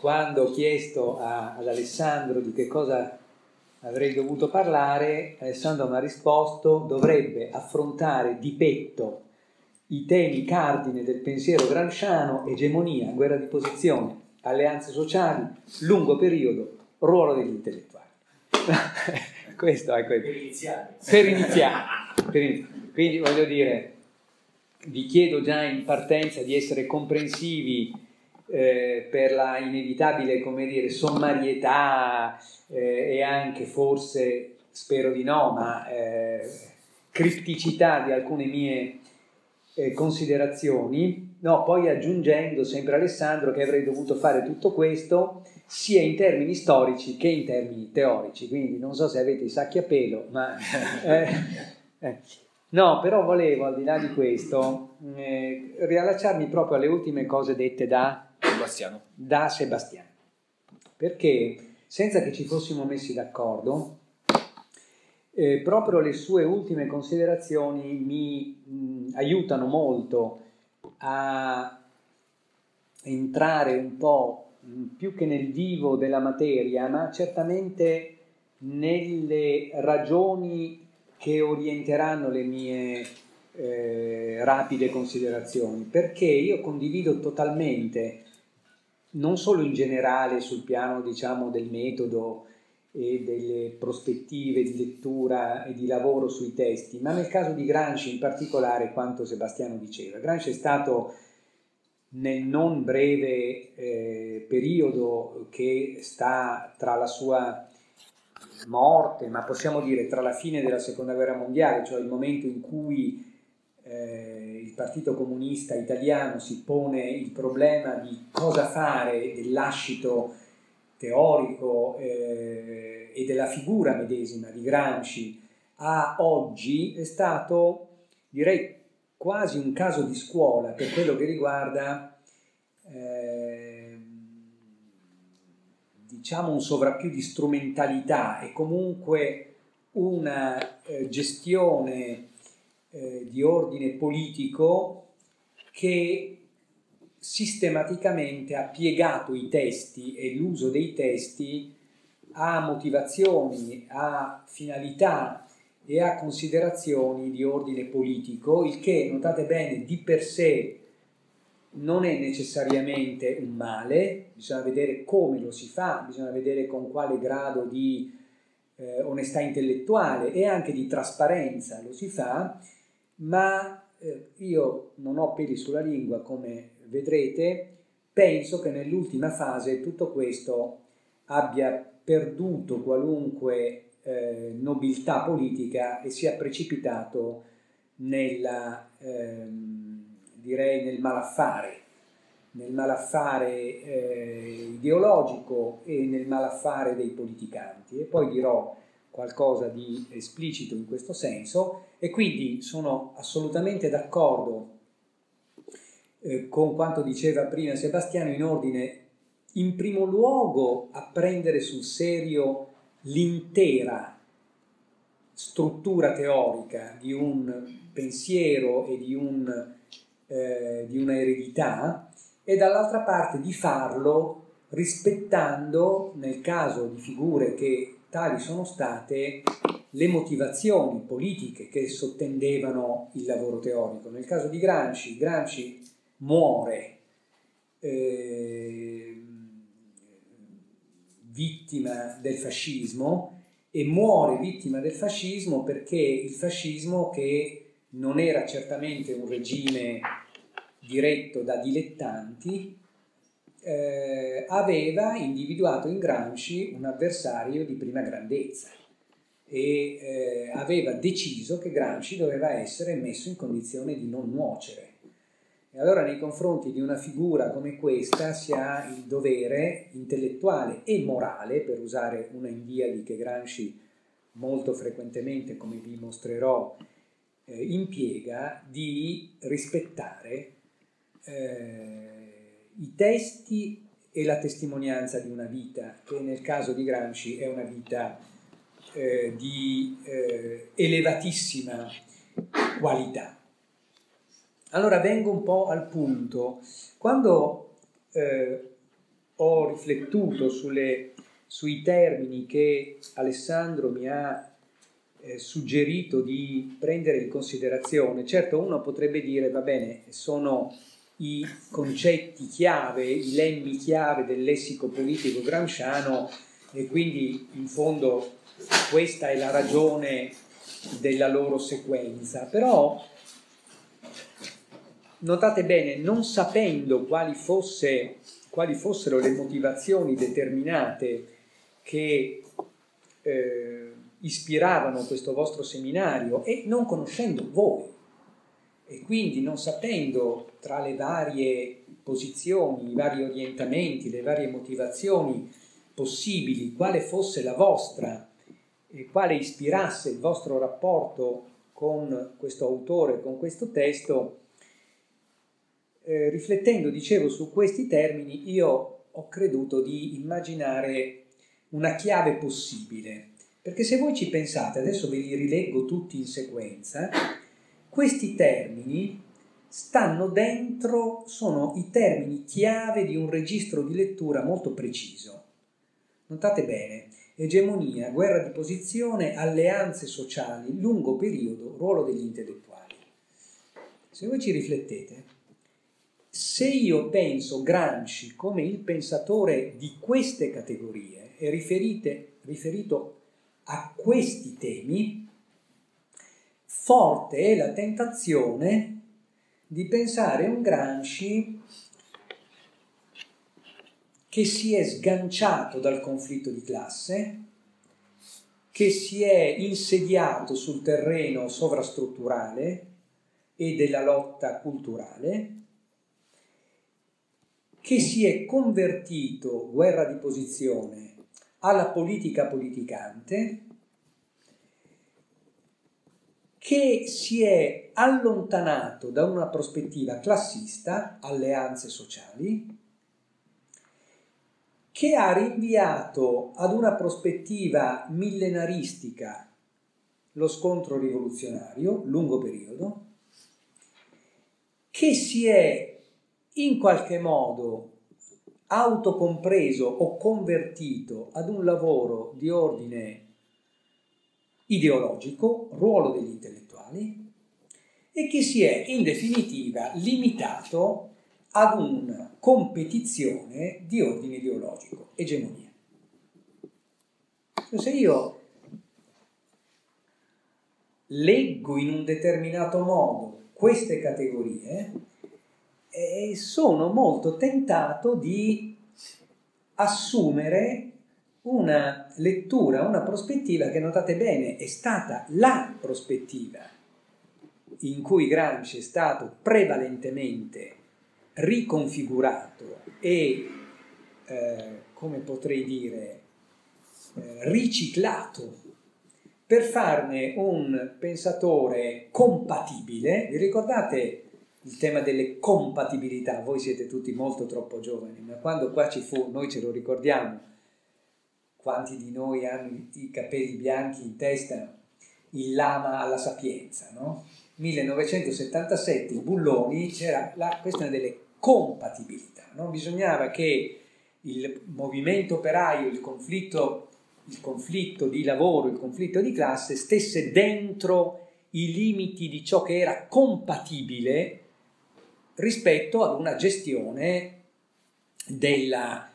quando ho chiesto ad Alessandro di che cosa avrei dovuto parlare, Alessandro mi ha risposto: dovrebbe affrontare di petto i temi cardine del pensiero gramsciano: egemonia, guerra di posizione, alleanze sociali, lungo periodo, ruolo degli intellettuali. Questo è quello. Per iniziare. Quindi voglio dire, vi chiedo già in partenza di essere comprensivi per la inevitabile, come dire, sommarietà e anche forse, spero di no, ma cripticità di alcune mie considerazioni, no, poi aggiungendo sempre Alessandro che avrei dovuto fare tutto questo sia in termini storici che in termini teorici, quindi non so se avete i sacchi a pelo, ma no, però volevo, al di là di questo, riallacciarmi proprio alle ultime cose dette da Sebastiano, perché senza che ci fossimo messi d'accordo, proprio le sue ultime considerazioni mi aiutano molto a entrare un po' più che nel vivo della materia, ma certamente nelle ragioni che orienteranno le mie rapide considerazioni, perché io condivido totalmente, non solo in generale sul piano, diciamo, del metodo e delle prospettive di lettura e di lavoro sui testi, ma nel caso di Gramsci in particolare quanto Sebastiano diceva. Gramsci è stato, nel non breve periodo che sta tra la sua morte, ma possiamo dire tra la fine della Seconda Guerra Mondiale, cioè il momento in cui il Partito Comunista Italiano si pone il problema di cosa fare del lascito teorico e della figura medesima di Gramsci a oggi, è stato, direi, quasi un caso di scuola per quello che riguarda diciamo un sovrappiù di strumentalità e comunque una gestione di ordine politico che sistematicamente ha piegato i testi e l'uso dei testi a motivazioni, a finalità e a considerazioni di ordine politico, il che, notate bene, di per sé non è necessariamente un male, bisogna vedere come lo si fa, bisogna vedere con quale grado di onestà intellettuale e anche di trasparenza lo si fa, ma io non ho peli sulla lingua, come vedrete. Penso che nell'ultima fase tutto questo abbia perduto qualunque nobiltà politica e sia precipitato nella direi nel malaffare ideologico e nel malaffare dei politicanti, e poi dirò qualcosa di esplicito in questo senso, e quindi sono assolutamente d'accordo con quanto diceva prima Sebastiano in ordine, in primo luogo, a prendere sul serio l'intera struttura teorica di un pensiero e di una eredità, e dall'altra parte di farlo rispettando, nel caso di figure che tali sono state, le motivazioni politiche che sottendevano il lavoro teorico. Nel caso di Gramsci muore vittima del fascismo, e muore vittima del fascismo perché il fascismo, che non era certamente un regime diretto da dilettanti, aveva individuato in Gramsci un avversario di prima grandezza e aveva deciso che Gramsci doveva essere messo in condizione di non nuocere. E allora nei confronti di una figura come questa si ha il dovere intellettuale e morale, per usare una indiadi che Gramsci molto frequentemente, come vi mostrerò, impiega, di rispettare i testi e la testimonianza di una vita, che nel caso di Gramsci è una vita di elevatissima qualità. Allora vengo un po' al punto. Quando ho riflettuto sui termini che Alessandro mi ha suggerito di prendere in considerazione. Certo, uno potrebbe dire, va bene, sono i concetti chiave, i lemmi chiave del lessico politico gramsciano e quindi in fondo questa è la ragione della loro sequenza. Però notate bene, non sapendo quali fossero le motivazioni determinate che ispiravano questo vostro seminario e non conoscendo voi e quindi non sapendo tra le varie posizioni, i vari orientamenti, le varie motivazioni possibili quale fosse la vostra e quale ispirasse il vostro rapporto con questo autore, con questo testo, riflettendo, dicevo, su questi termini, io ho creduto di immaginare una chiave possibile, perché se voi ci pensate, adesso ve li rileggo tutti in sequenza, questi termini stanno dentro, sono i termini chiave di un registro di lettura molto preciso. Notate bene, egemonia, guerra di posizione, alleanze sociali, lungo periodo, ruolo degli intellettuali. Se voi ci riflettete, se io penso Gramsci come il pensatore di queste categorie e riferito a questi temi, forte è la tentazione di pensare un Gramsci che si è sganciato dal conflitto di classe, che si è insediato sul terreno sovrastrutturale e della lotta culturale, che si è convertito, guerra di posizione, alla politica politicante, che si è allontanato da una prospettiva classista, alleanze sociali, che ha rinviato ad una prospettiva millenaristica lo scontro rivoluzionario, lungo periodo, che si è in qualche modo autocompreso o convertito ad un lavoro di ordine ideologico, ruolo degli intellettuali, e che si è in definitiva limitato ad una competizione di ordine ideologico, egemonia. Se io leggo in un determinato modo queste categorie, sono molto tentato di assumere una lettura, una prospettiva che, notate bene, è stata la prospettiva in cui Gramsci è stato prevalentemente riconfigurato e, come potrei dire, riciclato per farne un pensatore compatibile. Vi ricordate il tema delle compatibilità? Voi siete tutti molto troppo giovani, ma quando qua ci fu, noi ce lo ricordiamo, quanti di noi hanno i capelli bianchi in testa, il lama alla Sapienza, no? 1977, i bulloni, c'era la questione delle compatibilità, no? Bisognava che il movimento operaio, il conflitto di lavoro, il conflitto di classe stesse dentro i limiti di ciò che era compatibile rispetto ad una gestione della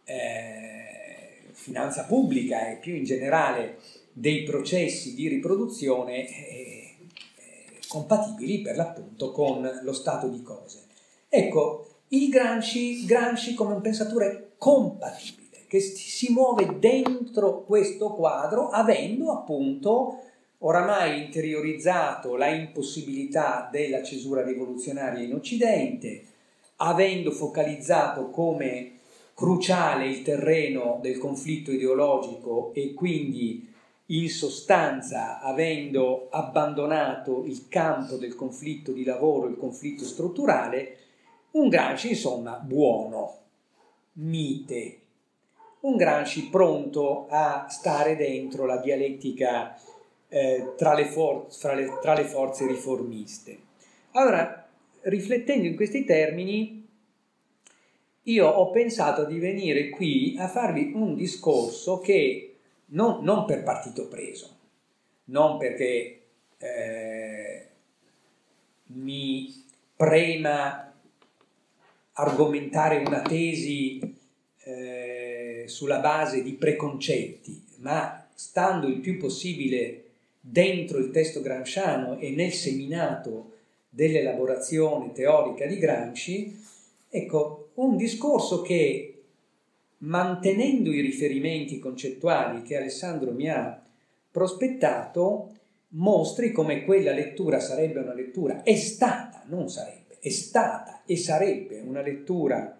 finanza pubblica e più in generale dei processi di riproduzione compatibili per l'appunto con lo stato di cose. Ecco, il Gramsci come un pensatore compatibile, che si muove dentro questo quadro, avendo appunto oramai interiorizzato la impossibilità della cesura rivoluzionaria in Occidente, avendo focalizzato come cruciale il terreno del conflitto ideologico e quindi in sostanza avendo abbandonato il campo del conflitto di lavoro, il conflitto strutturale, un Gramsci insomma buono, mite, un Gramsci pronto a stare dentro la dialettica tra le forze riformiste. Allora, riflettendo in questi termini, io ho pensato di venire qui a farvi un discorso che non per partito preso, non perché mi prema argomentare una tesi sulla base di preconcetti, ma stando il più possibile dentro il testo gramsciano e nel seminato dell'elaborazione teorica di Gramsci, ecco, un discorso che, mantenendo i riferimenti concettuali che Alessandro mi ha prospettato, mostri come quella lettura sarebbe una lettura, è stata, non sarebbe, è stata e sarebbe una lettura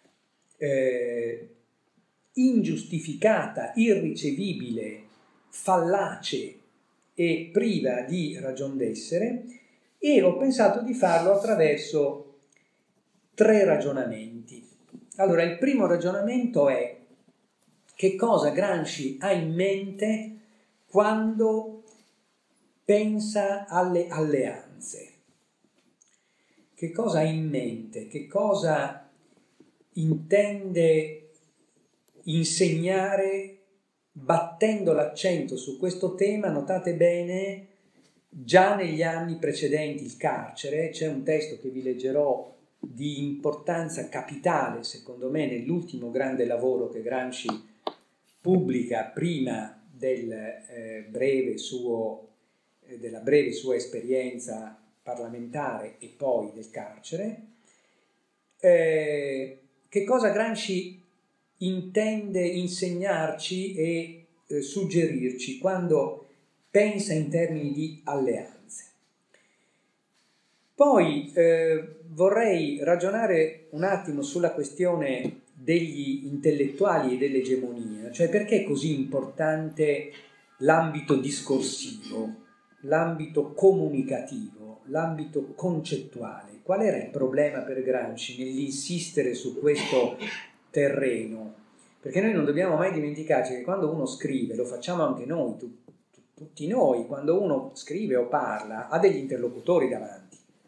ingiustificata, irricevibile, fallace e priva di ragion d'essere, e ho pensato di farlo attraverso 3 ragionamenti. Allora, il primo ragionamento è: che cosa Gramsci ha in mente quando pensa alle alleanze? Che cosa ha in mente? Che cosa intende insegnare battendo l'accento su questo tema? Notate bene, già negli anni precedenti il carcere, c'è un testo che vi leggerò di importanza capitale, secondo me, nell'ultimo grande lavoro che Gramsci pubblica prima della breve sua esperienza parlamentare e poi del carcere. Che cosa Gramsci intende insegnarci e suggerirci quando pensa in termini di alleanze? Poi vorrei ragionare un attimo sulla questione degli intellettuali e dell'egemonia, cioè perché è così importante l'ambito discorsivo, l'ambito comunicativo, l'ambito concettuale. Qual era il problema per Gramsci nell'insistere su questo terreno? Perché noi non dobbiamo mai dimenticarci che quando uno scrive, lo facciamo anche noi, tutti noi, quando uno scrive o parla, ha degli interlocutori davanti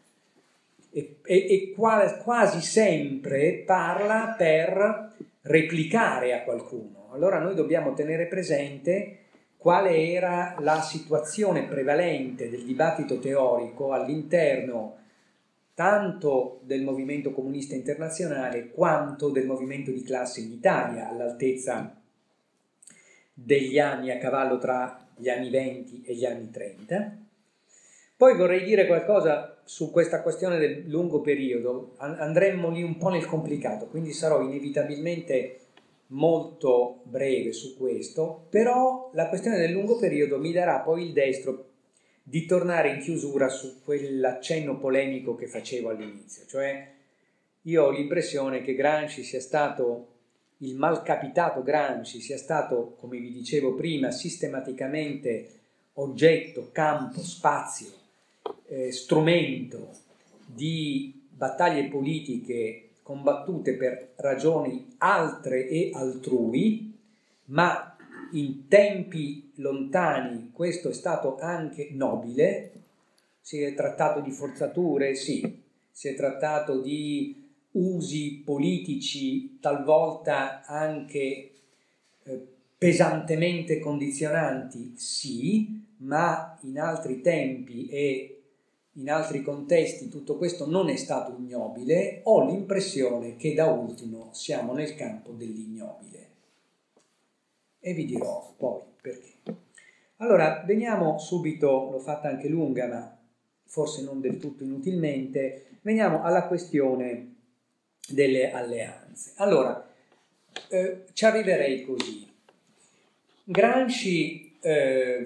e quasi sempre parla per replicare a qualcuno. Allora noi dobbiamo tenere presente quale era la situazione prevalente del dibattito teorico all'interno tanto del movimento comunista internazionale quanto del movimento di classe in Italia, all'altezza degli anni a cavallo tra gli anni 20 e gli anni 30. Poi vorrei dire qualcosa su questa questione del lungo periodo, andremmo lì un po' nel complicato, quindi sarò inevitabilmente molto breve su questo, però la questione del lungo periodo mi darà poi il destro di tornare in chiusura su quell'accenno polemico che facevo all'inizio, cioè io ho l'impressione che Gramsci sia stato, il malcapitato Gramsci sia stato, come vi dicevo prima, sistematicamente oggetto, campo, spazio, strumento di battaglie politiche combattute per ragioni altre e altrui, ma in tempi lontani questo è stato anche nobile. Si è trattato di forzature, sì, si è trattato di usi politici talvolta anche pesantemente condizionanti, sì, ma in altri tempi e in altri contesti tutto questo non è stato ignobile. Ho l'impressione che da ultimo siamo nel campo dell'ignobile e vi dirò poi perché. Allora, veniamo subito, l'ho fatta anche lunga ma forse non del tutto inutilmente, veniamo alla questione delle alleanze. Allora, ci arriverei così. Gramsci è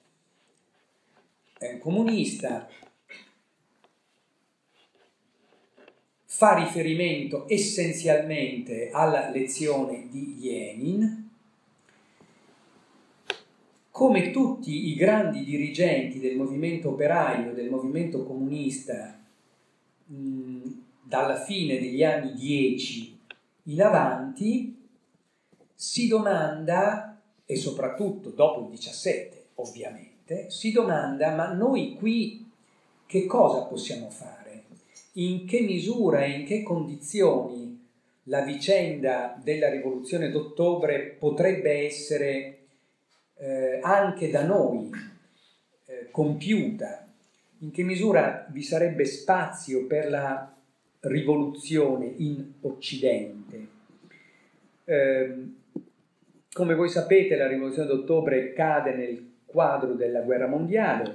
un comunista, fa riferimento essenzialmente alla lezione di Lenin. Come tutti i grandi dirigenti del movimento operaio, del movimento comunista, dalla fine degli anni 10 in avanti, si domanda, e soprattutto dopo il 17 ovviamente, si domanda: ma noi qui che cosa possiamo fare? In che misura e in che condizioni la vicenda della rivoluzione d'ottobre potrebbe essere anche da noi compiuta, in che misura vi sarebbe spazio per la rivoluzione in Occidente. Come voi sapete, la rivoluzione d'ottobre cade nel quadro della guerra mondiale.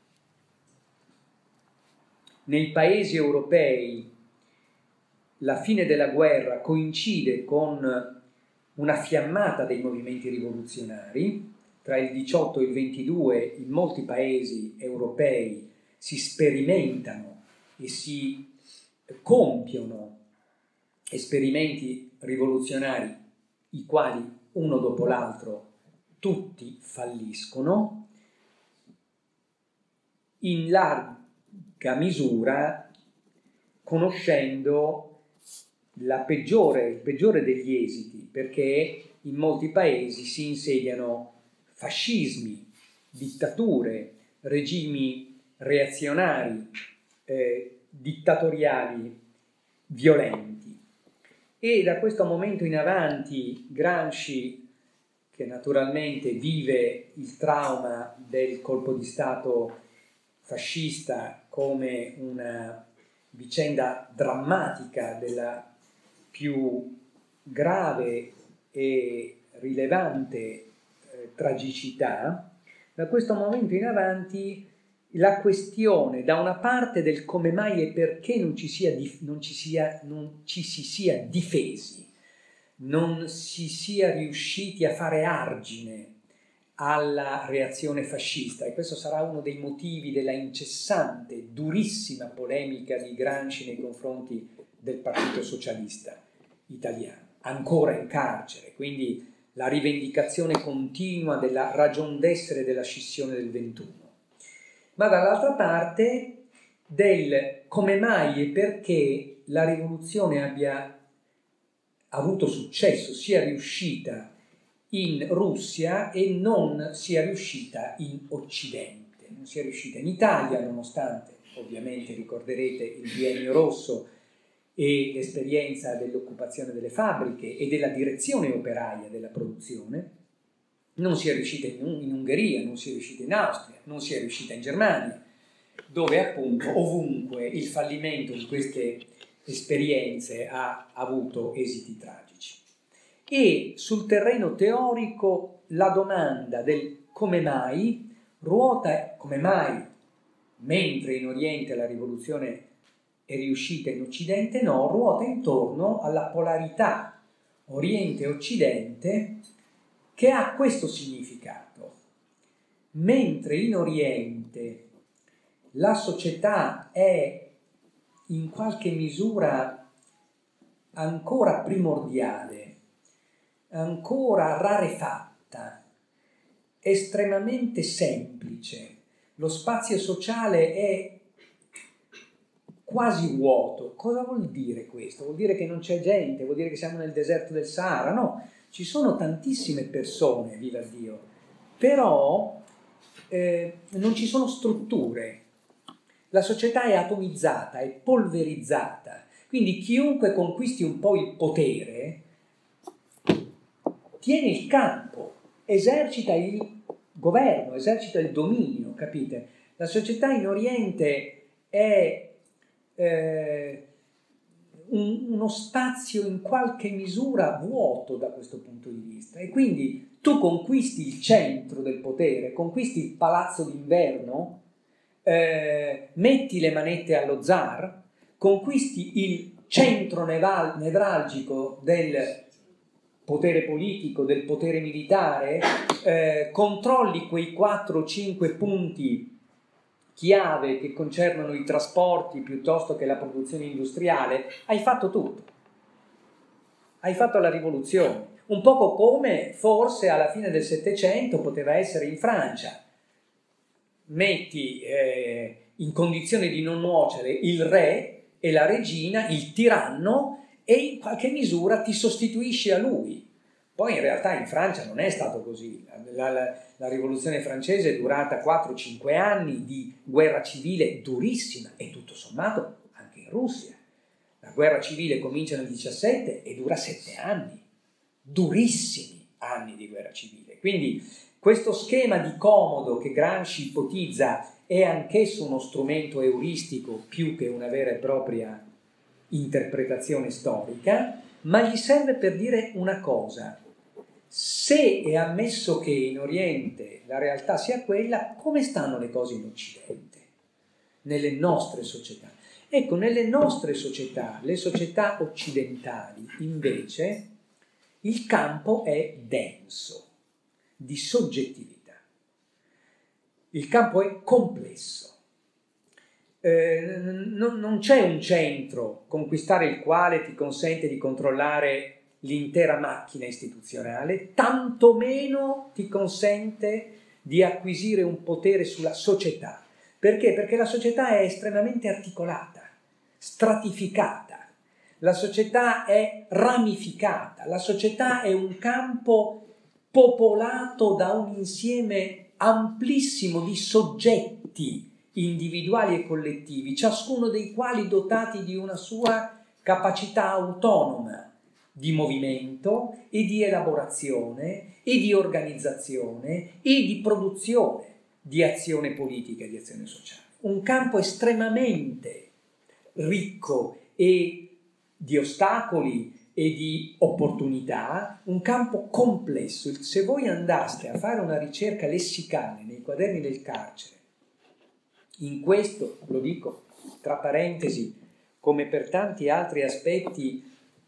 Nei paesi europei la fine della guerra coincide con una fiammata dei movimenti rivoluzionari. Tra il 18 e il 22 in molti paesi europei si sperimentano e si compiono esperimenti rivoluzionari, i quali uno dopo l'altro tutti falliscono, in larga misura conoscendo il peggiore degli esiti, perché in molti paesi si insediano fascismi, dittature, regimi reazionari, dittatoriali, violenti. E da questo momento in avanti Gramsci, che naturalmente vive il trauma del colpo di Stato fascista come una vicenda drammatica della più grave e rilevante tragicità, da questo momento in avanti la questione da una parte del come mai e perché non ci si sia difesi, non si sia riusciti a fare argine alla reazione fascista, e questo sarà uno dei motivi della incessante, durissima polemica di Gramsci nei confronti del Partito Socialista Italiano, ancora in carcere, quindi la rivendicazione continua della ragion d'essere della scissione del 21. Ma dall'altra parte del come mai e perché la rivoluzione abbia avuto successo, sia riuscita in Russia e non sia riuscita in Occidente, non sia riuscita in Italia, nonostante ovviamente ricorderete il biennio rosso e l'esperienza dell'occupazione delle fabbriche e della direzione operaia della produzione. Non si è riuscita in Ungheria, non si è riuscita in Austria, non si è riuscita in Germania, dove appunto ovunque il fallimento di queste esperienze ha avuto esiti tragici. E sul terreno teorico la domanda del come mai ruota, come mai mentre in Oriente la rivoluzione è riuscita, in Occidente no, ruota intorno alla polarità Oriente-Occidente, che ha questo significato. Mentre in Oriente la società è in qualche misura ancora primordiale, ancora rarefatta, estremamente semplice, lo spazio sociale è quasi vuoto. Cosa vuol dire questo? Vuol dire che non c'è gente, vuol dire che siamo nel deserto del Sahara? No, ci sono tantissime persone, viva Dio, però non ci sono strutture. La società è atomizzata, è polverizzata, quindi chiunque conquisti un po' il potere tiene il campo, esercita il governo, esercita il dominio, capite? La società in Oriente è uno spazio in qualche misura vuoto da questo punto di vista, e quindi tu conquisti il centro del potere, conquisti il palazzo d'inverno, metti le manette allo zar, conquisti il centro nevralgico del potere politico, del potere militare, controlli quei 4 o 5 punti chiave che concernono i trasporti piuttosto che la produzione industriale, hai fatto tutto. Hai fatto la rivoluzione. Un poco come forse alla fine del Settecento poteva essere in Francia. Metti in condizione di non nuocere il re e la regina, il tiranno, e in qualche misura ti sostituisci a lui. Poi in realtà in Francia non è stato così. La rivoluzione francese è durata 4-5 anni di guerra civile durissima, e tutto sommato anche in Russia. La guerra civile comincia nel 17 e dura 7 anni, durissimi anni di guerra civile. Quindi questo schema di comodo che Gramsci ipotizza è anch'esso uno strumento euristico più che una vera e propria interpretazione storica, ma gli serve per dire una cosa: se è ammesso che in Oriente la realtà sia quella, come stanno le cose in Occidente, nelle nostre società? Ecco, nelle nostre società, le società occidentali, invece, il campo è denso, di soggettività. Il campo è complesso. Non c'è un centro conquistare il quale ti consente di controllare l'intera macchina istituzionale, tantomeno ti consente di acquisire un potere sulla società. Perché? Perché la società è estremamente articolata, stratificata, la società è ramificata, la società è un campo popolato da un insieme amplissimo di soggetti individuali e collettivi, ciascuno dei quali dotati di una sua capacità autonoma di movimento e di elaborazione e di organizzazione e di produzione di azione politica e di azione sociale. Un campo estremamente ricco e di ostacoli e di opportunità, un campo complesso. Se voi andaste a fare una ricerca lessicale nei quaderni del carcere, in questo, lo dico tra parentesi, come per tanti altri aspetti,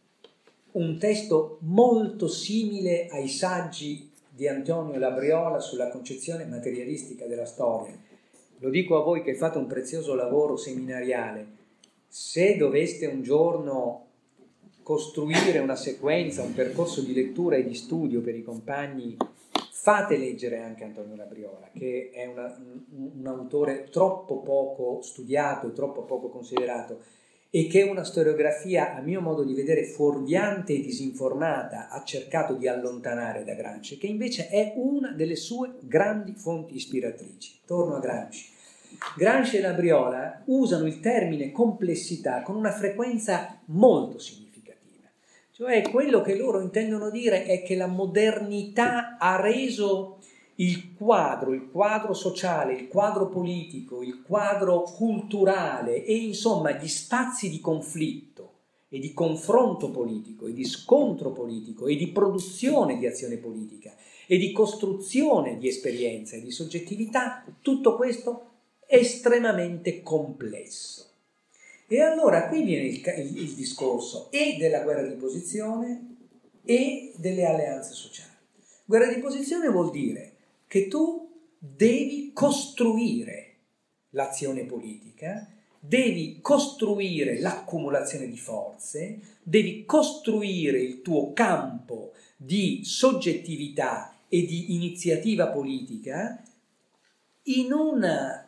un testo molto simile ai saggi di Antonio Labriola sulla concezione materialistica della storia. Lo dico a voi che fate un prezioso lavoro seminariale: se doveste un giorno costruire una sequenza, un percorso di lettura e di studio per i compagni, fate leggere anche Antonio Labriola, che è un autore troppo poco studiato e troppo poco considerato, e che una storiografia, a mio modo di vedere, fuorviante e disinformata ha cercato di allontanare da Gramsci, che invece è una delle sue grandi fonti ispiratrici. Torno a Gramsci. Gramsci e Labriola usano il termine complessità con una frequenza molto significativa. Cioè, quello che loro intendono dire è che la modernità ha reso il quadro sociale, il quadro politico, il quadro culturale e insomma gli spazi di conflitto e di confronto politico e di scontro politico e di produzione di azione politica e di costruzione di esperienza e di soggettività, tutto questo estremamente complesso. E allora qui viene il discorso e della guerra di posizione e delle alleanze sociali. Guerra di posizione vuol dire che tu devi costruire l'azione politica, devi costruire l'accumulazione di forze, devi costruire il tuo campo di soggettività e di iniziativa politica in una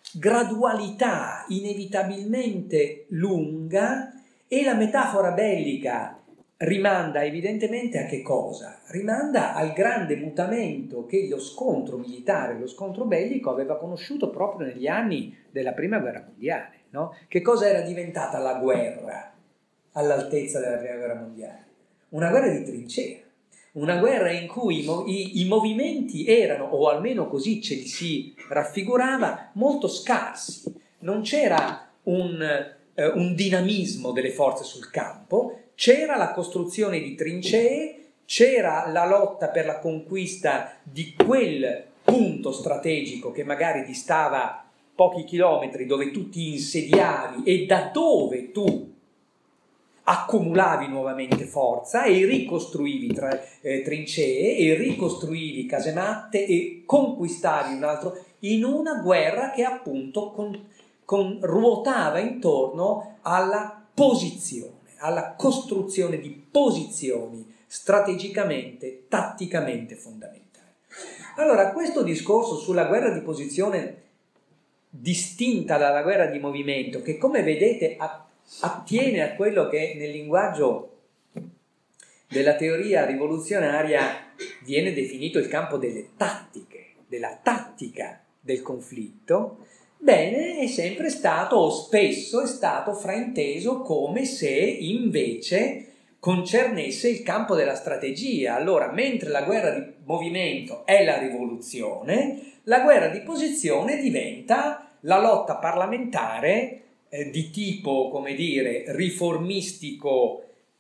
gradualità inevitabilmente lunga, e la metafora bellica rimanda evidentemente a che cosa? Rimanda al grande mutamento che lo scontro militare, lo scontro bellico aveva conosciuto proprio negli anni della Prima Guerra Mondiale, no? Che cosa era diventata la guerra all'altezza della Prima Guerra Mondiale? Una guerra di trincea, una guerra in cui i movimenti erano, o almeno così ce li si raffigurava, molto scarsi. Non c'era un dinamismo delle forze sul campo, c'era la costruzione di trincee, c'era la lotta per la conquista di quel punto strategico che magari distava pochi chilometri, dove tu ti insediavi e da dove tu accumulavi nuovamente forza e ricostruivi trincee e ricostruivi casematte e conquistavi un altro, in una guerra che appunto ruotava intorno alla posizione, alla costruzione di posizioni strategicamente, tatticamente fondamentali. Allora, questo discorso sulla guerra di posizione distinta dalla guerra di movimento, che come vedete attiene a quello che nel linguaggio della teoria rivoluzionaria viene definito il campo delle tattiche, della tattica del conflitto, Bene, è sempre stato, o spesso è stato frainteso come se invece concernesse il campo della strategia. Allora, mentre la guerra di movimento è la rivoluzione, la guerra di posizione diventa la lotta parlamentare di tipo, come dire, riformistico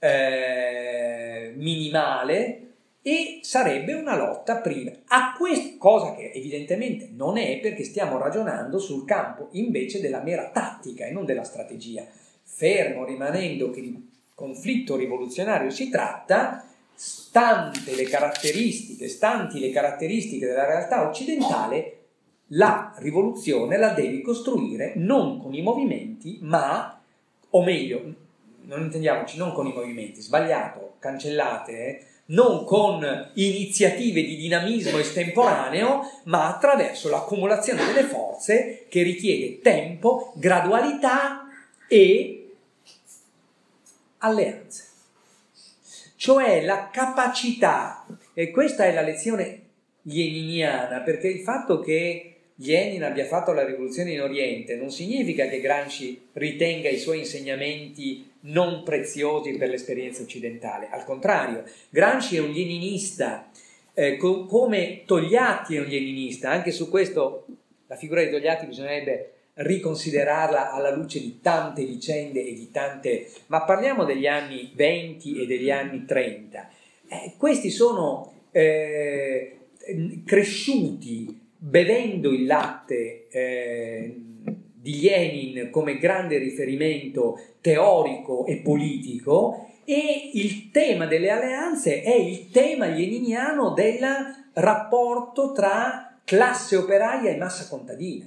minimale, e sarebbe una lotta prima a questa cosa, che evidentemente non è, perché stiamo ragionando sul campo invece della mera tattica e non della strategia. Fermo rimanendo che di conflitto rivoluzionario si tratta, stanti le caratteristiche della realtà occidentale, la rivoluzione la devi costruire non con i movimenti, ma, o meglio, non intendiamoci, non con i movimenti, sbagliato, cancellate, non con iniziative di dinamismo estemporaneo, ma attraverso l'accumulazione delle forze, che richiede tempo, gradualità e alleanze. Cioè la capacità, e questa è la lezione leniniana, perché il fatto che Lenin abbia fatto la rivoluzione in Oriente non significa che Gramsci ritenga i suoi insegnamenti non preziosi per l'esperienza occidentale. Al contrario, Gramsci è un leninista, come Togliatti è un leninista. Anche su questo la figura di Togliatti bisognerebbe riconsiderarla alla luce di tante vicende e di tante... Ma parliamo degli anni 20 e degli anni 30. Questi sono cresciuti bevendo il latte di Lenin come grande riferimento teorico e politico, e il tema delle alleanze è il tema leniniano del rapporto tra classe operaia e massa contadina.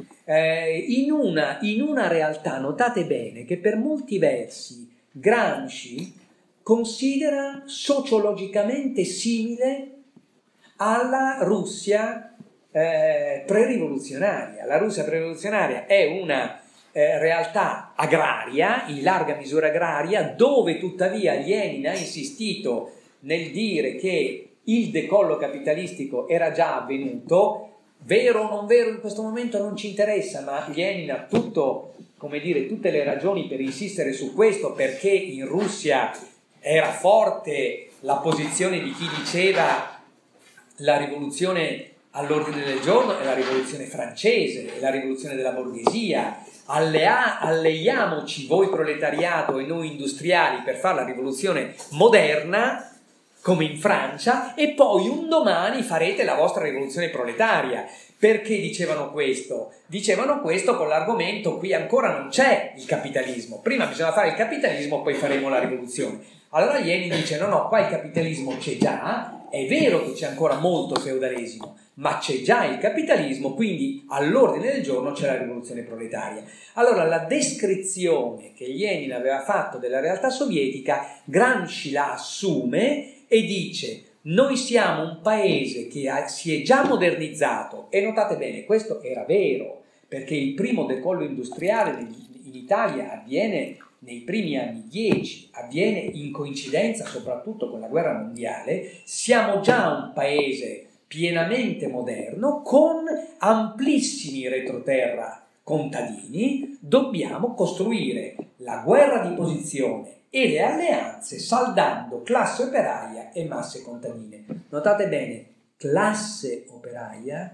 In una realtà, notate bene che per molti versi Gramsci considera sociologicamente simile alla Russia pre-rivoluzionaria. La Russia pre-rivoluzionaria è una realtà agraria, in larga misura agraria, dove tuttavia Lenin ha insistito nel dire che il decollo capitalistico era già avvenuto. Vero o non vero in questo momento non ci interessa, ma Lenin ha tutte le ragioni per insistere su questo, perché in Russia era forte la posizione di chi diceva la rivoluzione all'ordine del giorno è la rivoluzione francese, è la rivoluzione della borghesia. Alleiamoci voi proletariato e noi industriali per fare la rivoluzione moderna, come in Francia, e poi un domani farete la vostra rivoluzione proletaria. Perché dicevano questo? Dicevano questo con l'argomento: qui ancora non c'è il capitalismo, prima bisogna fare il capitalismo, poi faremo la rivoluzione. Allora Lenin dice: no, qua il capitalismo c'è già, è vero che c'è ancora molto feudalesimo, ma c'è già il capitalismo, quindi all'ordine del giorno c'è la rivoluzione proletaria. Allora la descrizione che Lenin aveva fatto della realtà sovietica, Gramsci la assume e dice: noi siamo un paese che si è già modernizzato, e notate bene, questo era vero, perché il primo decollo industriale in Italia avviene nei primi anni 10, avviene in coincidenza soprattutto con la guerra mondiale. Siamo già un paese pienamente moderno, con amplissimi retroterra contadini. Dobbiamo costruire la guerra di posizione e le alleanze saldando classe operaia e masse contadine. Notate bene, classe operaia,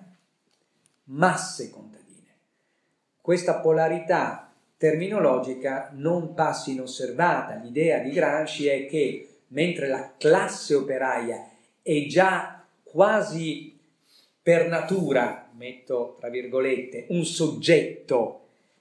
masse contadine. Questa polarità terminologica non passa inosservata. L'idea di Gramsci è che mentre la classe operaia è già quasi per natura, metto tra virgolette, un soggetto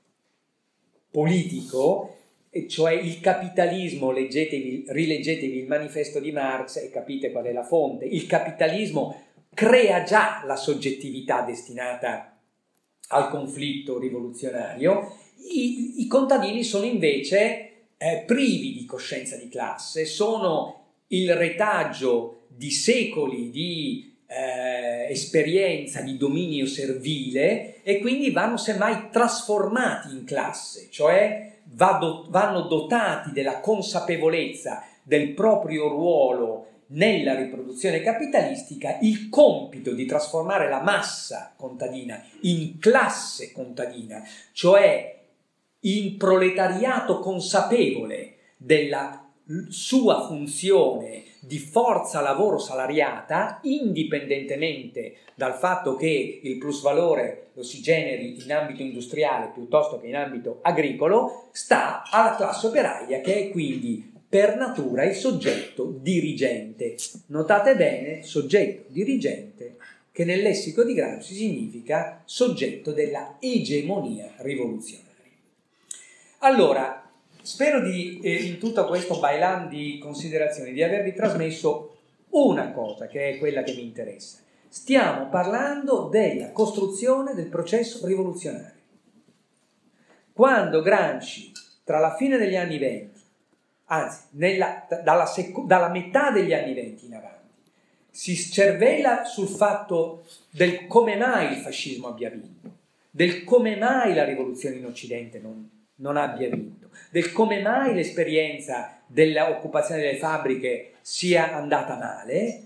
politico, e cioè il capitalismo, rileggetevi il manifesto di Marx e capite qual è la fonte. Il capitalismo crea già la soggettività destinata al conflitto rivoluzionario. I contadini sono invece privi di coscienza di classe, sono il retaggio di secoli di esperienza di dominio servile, e quindi vanno semmai trasformati in classe, cioè vanno dotati della consapevolezza del proprio ruolo nella riproduzione capitalistica il compito di trasformare la massa contadina in classe contadina, cioè in proletariato consapevole della sua funzione di forza lavoro salariata, indipendentemente dal fatto che il plusvalore lo si generi in ambito industriale piuttosto che in ambito agricolo, sta alla classe operaia, che è quindi per natura il soggetto dirigente. Notate bene, soggetto dirigente, che nel lessico di Gramsci significa soggetto della egemonia rivoluzionaria. Allora, spero in tutto questo bailan di considerazioni, di avervi trasmesso una cosa che è quella che mi interessa. Stiamo parlando della costruzione del processo rivoluzionario. Quando Gramsci, tra la fine degli anni 20, anzi, dalla metà degli anni 20 in avanti, si scervella sul fatto del come mai il fascismo abbia vinto, del come mai la rivoluzione in Occidente non abbia vinto, del come mai l'esperienza dell'occupazione delle fabbriche sia andata male,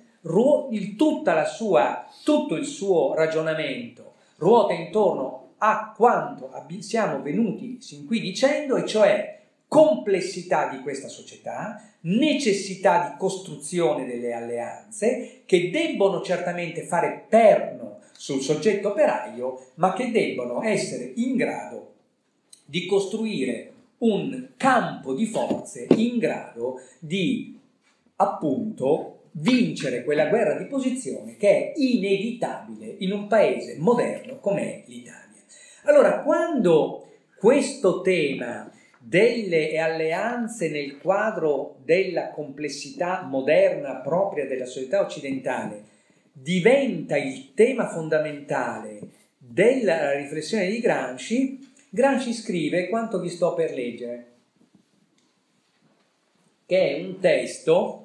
tutto il suo ragionamento ruota intorno a quanto siamo venuti sin qui dicendo, e cioè complessità di questa società, necessità di costruzione delle alleanze che debbono certamente fare perno sul soggetto operaio, ma che debbono essere in grado di costruire un campo di forze in grado di, appunto, vincere quella guerra di posizione che è inevitabile in un paese moderno come l'Italia. Allora, quando questo tema delle alleanze nel quadro della complessità moderna propria della società occidentale diventa il tema fondamentale della riflessione di Gramsci, Gramsci scrive quanto vi sto per leggere, che è un testo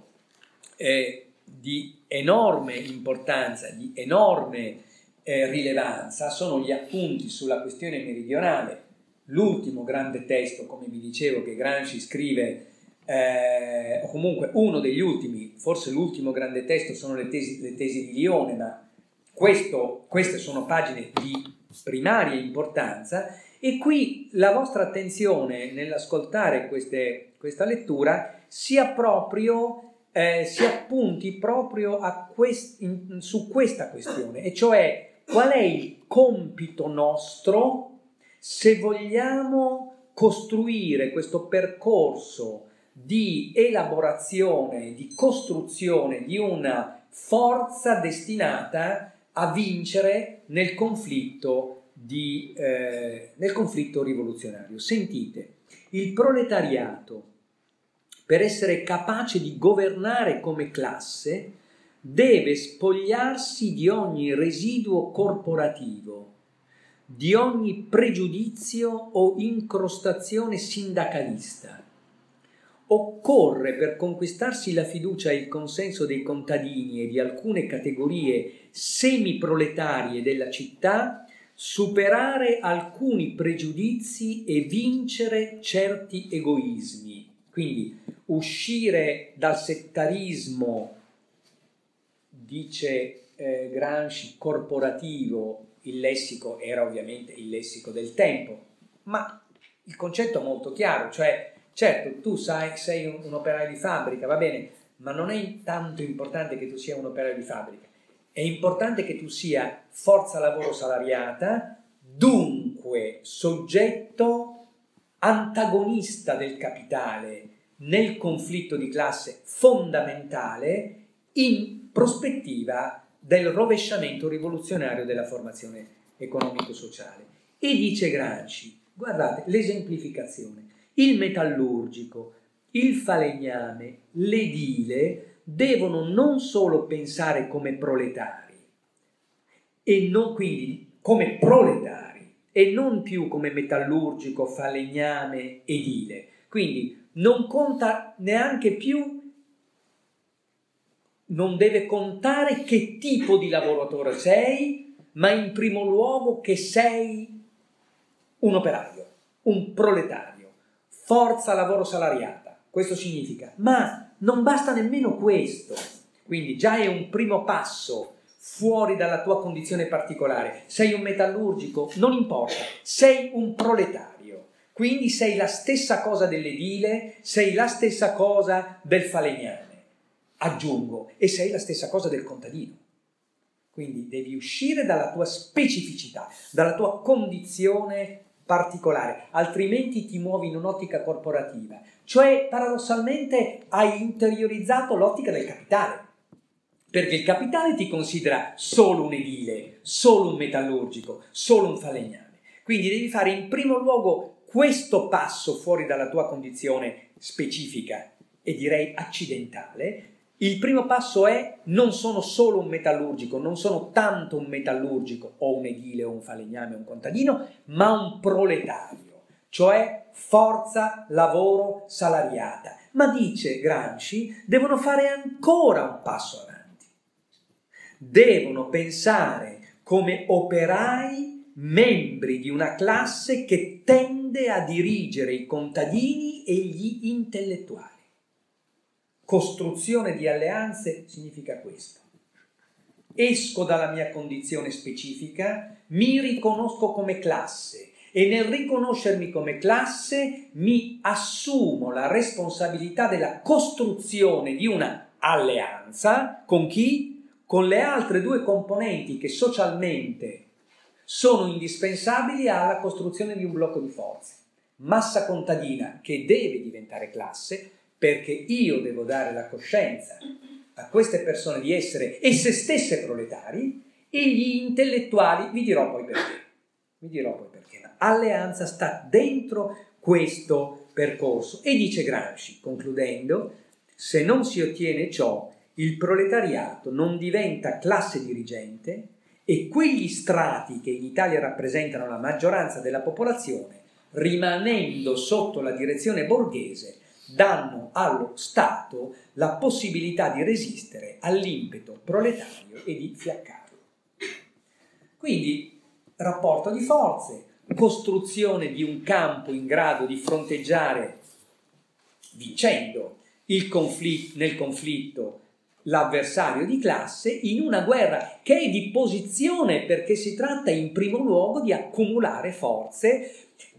di enorme importanza, di enorme rilevanza. Sono gli appunti sulla questione meridionale, l'ultimo grande testo, come vi dicevo, che Gramsci scrive, o comunque uno degli ultimi, forse l'ultimo grande testo sono le tesi di Lione, ma queste sono pagine di primaria importanza, e qui la vostra attenzione nell'ascoltare questa lettura si appunti proprio su questa questione, e cioè qual è il compito nostro se vogliamo costruire questo percorso di elaborazione, di costruzione di una forza destinata a vincere nel conflitto rivoluzionario. Sentite, il proletariato, per essere capace di governare come classe, deve spogliarsi di ogni residuo corporativo, di ogni pregiudizio o incrostazione sindacalista. Occorre, per conquistarsi la fiducia e il consenso dei contadini e di alcune categorie semiproletarie della città, superare alcuni pregiudizi e vincere certi egoismi. Quindi uscire dal settarismo, dice Gramsci, corporativo. Il lessico era ovviamente il lessico del tempo, ma il concetto è molto chiaro, cioè certo tu sei un operaio di fabbrica, va bene, ma non è tanto importante che tu sia un operaio di fabbrica, è importante che tu sia forza lavoro salariata, dunque soggetto antagonista del capitale nel conflitto di classe fondamentale, in prospettiva del rovesciamento rivoluzionario della formazione economico-sociale. E dice Gramsci, guardate l'esemplificazione, il metallurgico, il falegname, l'edile devono non solo pensare come proletari, e non quindi come proletari, e non più come metallurgico, falegname, edile. Quindi non conta neanche più, non deve contare che tipo di lavoratore sei, ma in primo luogo che sei un operaio, un proletario, forza lavoro salariata. Questo significa, ma non basta nemmeno questo. Quindi già è un primo passo fuori dalla tua condizione particolare. Sei un metallurgico, non importa, sei un proletario. Quindi sei la stessa cosa dell'edile, sei la stessa cosa del falegname, aggiungo, e sei la stessa cosa del contadino. Quindi devi uscire dalla tua specificità, dalla tua condizione particolare, altrimenti ti muovi in un'ottica corporativa. Cioè, paradossalmente, hai interiorizzato l'ottica del capitale, perché il capitale ti considera solo un edile, solo un metallurgico, solo un falegname. Quindi devi fare in primo luogo questo passo fuori dalla tua condizione specifica e direi accidentale. Il primo passo è: non sono solo un metallurgico, non sono tanto un metallurgico o un edile o un falegname o un contadino, ma un proletario, cioè forza lavoro salariata. Ma dice Gramsci, devono fare ancora un passo avanti. Devono pensare come operai, membri di una classe che tende a dirigere i contadini e gli intellettuali. Costruzione di alleanze significa questo. Esco dalla mia condizione specifica, mi riconosco come classe e nel riconoscermi come classe mi assumo la responsabilità della costruzione di una alleanza con chi? Con le altre due componenti che socialmente sono indispensabili alla costruzione di un blocco di forze. Massa contadina che deve diventare classe, perché io devo dare la coscienza a queste persone di essere esse stesse proletari, e gli intellettuali, vi dirò poi perché. Ma alleanza sta dentro questo percorso. E dice Gramsci, concludendo, se non si ottiene ciò, il proletariato non diventa classe dirigente e quegli strati che in Italia rappresentano la maggioranza della popolazione, rimanendo sotto la direzione borghese, danno allo Stato la possibilità di resistere all'impeto proletario e di fiaccarlo. Quindi rapporto di forze, costruzione di un campo in grado di fronteggiare, vincendo nel conflitto l'avversario di classe, in una guerra che è di posizione, perché si tratta in primo luogo di accumulare forze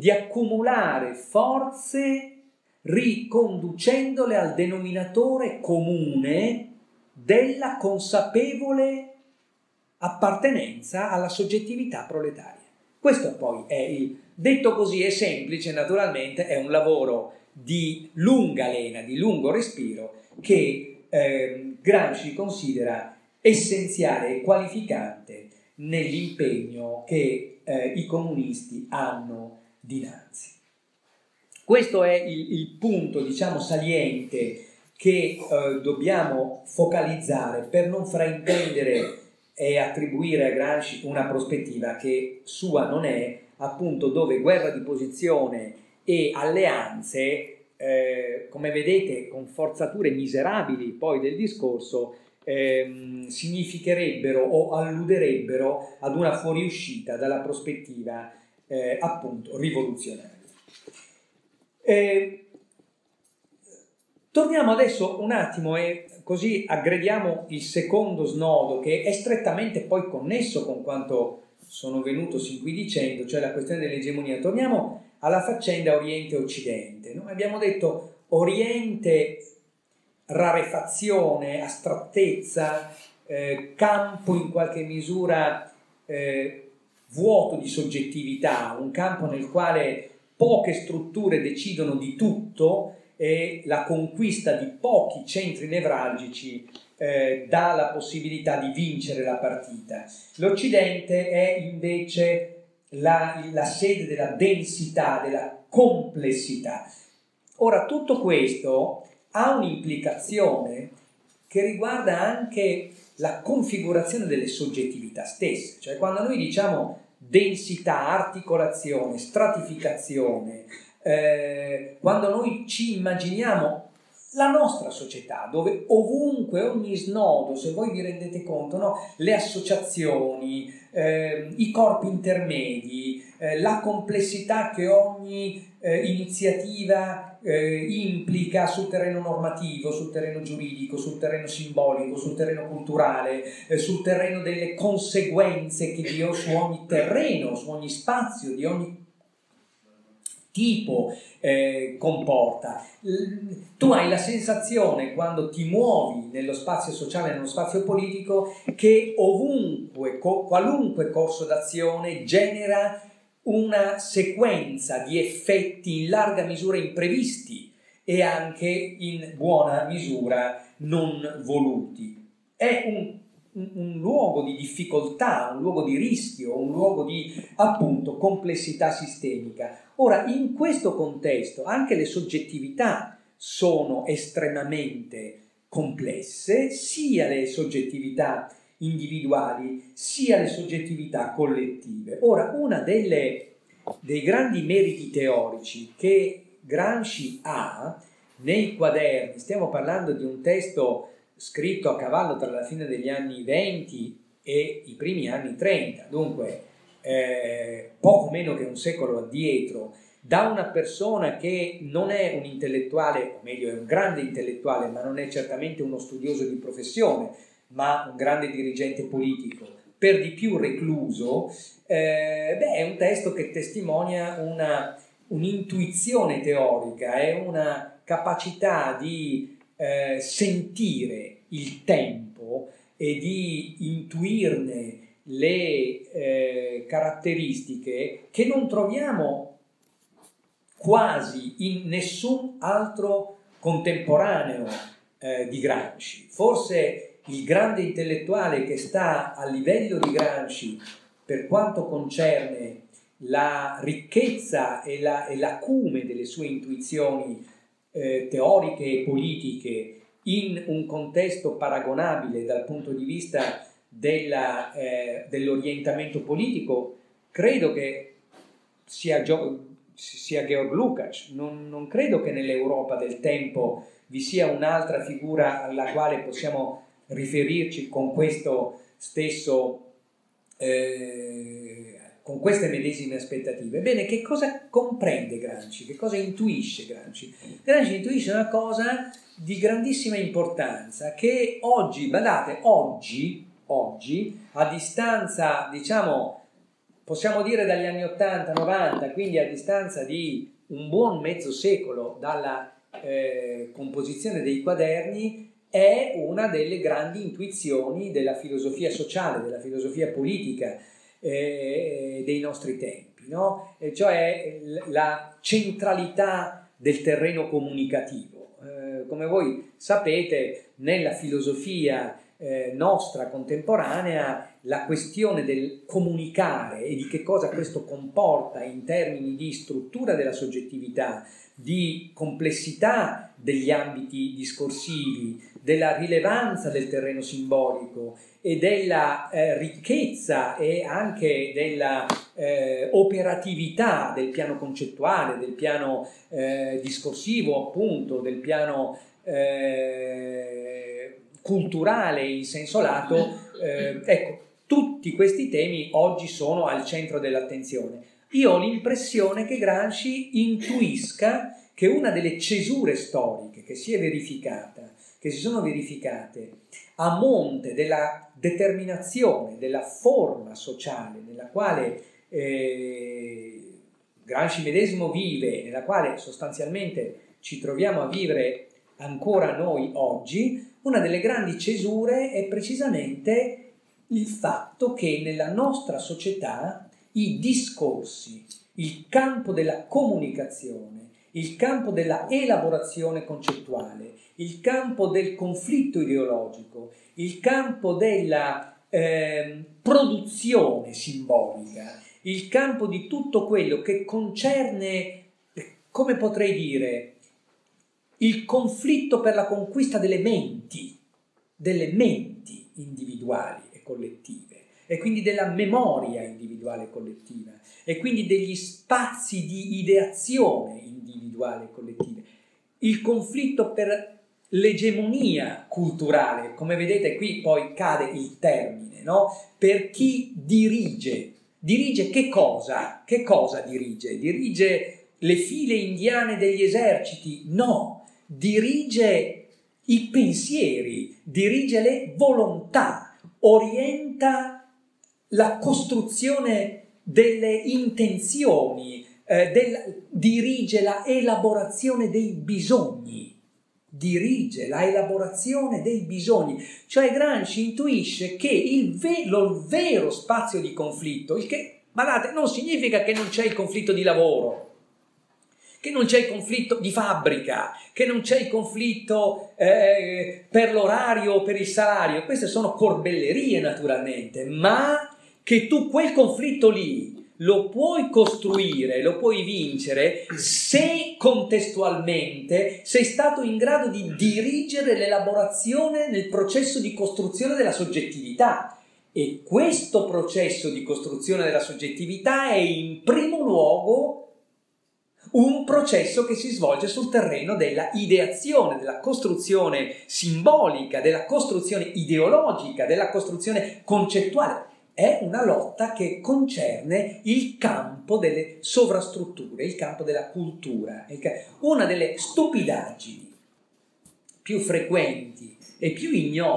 riconducendole al denominatore comune della consapevole appartenenza alla soggettività proletaria. Questo poi detto così è semplice, naturalmente è un lavoro di lunga lena, di lungo respiro, che Gramsci considera essenziale e qualificante nell'impegno che i comunisti hanno dinanzi. Questo è il punto, diciamo, saliente che dobbiamo focalizzare per non fraintendere e attribuire a Gramsci una prospettiva che sua non è, appunto, dove guerra di posizione e alleanze, come vedete, con forzature miserabili poi del discorso, significherebbero o alluderebbero ad una fuoriuscita dalla prospettiva appunto rivoluzionaria. Torniamo adesso un attimo e così aggrediamo il secondo snodo, che è strettamente poi connesso con quanto sono venuto sin qui dicendo, cioè la questione dell'egemonia. Torniamo alla faccenda Oriente-Occidente. Noi abbiamo detto Oriente, rarefazione, astrattezza, campo in qualche misura vuoto di soggettività, un campo nel quale poche strutture decidono di tutto e la conquista di pochi centri nevralgici dà la possibilità di vincere la partita. L'Occidente è invece la sede della densità, della complessità. Ora, tutto questo ha un'implicazione che riguarda anche la configurazione delle soggettività stesse, cioè quando noi diciamo densità, articolazione, stratificazione, quando noi ci immaginiamo la nostra società, dove ovunque, ogni snodo, se voi vi rendete conto, no? Le associazioni, i corpi intermedi, la complessità che ogni iniziativa implica sul terreno normativo, sul terreno giuridico, sul terreno simbolico, sul terreno culturale, sul terreno delle conseguenze che Dio su ogni terreno, su ogni spazio, di ogni tipo comporta. Tu hai la sensazione, quando ti muovi nello spazio sociale, nello spazio politico, che ovunque, qualunque corso d'azione genera una sequenza di effetti in larga misura imprevisti e anche in buona misura non voluti. È un luogo di difficoltà, un luogo di rischio, un luogo di, appunto, complessità sistemica. Ora, in questo contesto anche le soggettività sono estremamente complesse, sia le soggettività individuali sia le soggettività collettive. Ora, una dei grandi meriti teorici che Gramsci ha nei quaderni, stiamo parlando di un testo scritto a cavallo tra la fine degli anni 20 e i primi anni 30, dunque poco meno che un secolo addietro, da una persona che non è un intellettuale, o meglio è un grande intellettuale, ma non è certamente uno studioso di professione, ma un grande dirigente politico, per di più recluso, è un testo che testimonia un'intuizione teorica, è una capacità di sentire il tempo e di intuirne le caratteristiche che non troviamo quasi in nessun altro contemporaneo di Gramsci. Forse il grande intellettuale che sta a livello di Gramsci per quanto concerne la ricchezza e l'acume delle sue intuizioni teoriche e politiche in un contesto paragonabile dal punto di vista dell'orientamento politico, credo che sia Georg Lukács. Non credo che nell'Europa del tempo vi sia un'altra figura alla quale possiamo riferirci con questo stesso con queste medesime aspettative. Bene, che cosa comprende Gramsci? Che cosa intuisce Gramsci? Gramsci intuisce una cosa di grandissima importanza che oggi, badate, oggi a distanza, diciamo, possiamo dire dagli anni 80-90, quindi a distanza di un buon mezzo secolo dalla composizione dei quaderni, è una delle grandi intuizioni della filosofia sociale, della filosofia politica dei nostri tempi, no? E cioè la centralità del terreno comunicativo. Come voi sapete, nella filosofia nostra contemporanea, la questione del comunicare e di che cosa questo comporta in termini di struttura della soggettività, di complessità degli ambiti discorsivi, della rilevanza del terreno simbolico e della ricchezza e anche della operatività del piano concettuale, del piano discorsivo, appunto, del piano culturale in senso lato, ecco, tutti questi temi oggi sono al centro dell'attenzione. Io ho l'impressione che Gramsci intuisca che una delle cesure storiche che si sono verificate a monte della determinazione della forma sociale nella quale Gramsci medesimo vive, nella quale sostanzialmente ci troviamo a vivere ancora noi oggi, una delle grandi cesure è precisamente il fatto che nella nostra società i discorsi, il campo della comunicazione, il campo della elaborazione concettuale, il campo del conflitto ideologico, il campo della produzione simbolica, il campo di tutto quello che concerne, come potrei dire, il conflitto per la conquista delle menti individuali e collettive, e quindi della memoria individuale e collettiva, e quindi degli spazi di ideazione individuale e collettiva, il conflitto per l'egemonia culturale. Come vedete qui poi cade il termine, no? Per chi dirige che cosa? Che cosa dirige? Dirige le file indiane degli eserciti, no, dirige i pensieri, dirige le volontà, orienta la costruzione delle intenzioni, dirige la elaborazione dei bisogni. Dirige la elaborazione dei bisogni. Cioè Gramsci intuisce che il vero spazio di conflitto, il che, guardate, non significa che non c'è il conflitto di lavoro, che non c'è il conflitto di fabbrica, che non c'è il conflitto per l'orario o per il salario. Queste sono corbellerie naturalmente, ma che tu quel conflitto lì lo puoi costruire, lo puoi vincere se contestualmente sei stato in grado di dirigere l'elaborazione nel processo di costruzione della soggettività. E questo processo di costruzione della soggettività è in primo luogo un processo che si svolge sul terreno della ideazione, della costruzione simbolica, della costruzione ideologica, della costruzione concettuale. È una lotta che concerne il campo delle sovrastrutture, il campo della cultura. Una delle stupidaggini più frequenti e più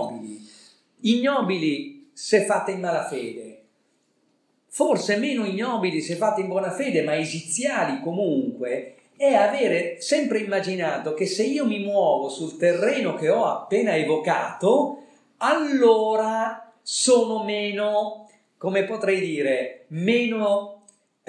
ignobili se fatte in malafede, forse meno ignobili se fatte in buona fede, ma esiziali comunque, è avere sempre immaginato che se io mi muovo sul terreno che ho appena evocato, allora sono meno, come potrei dire, meno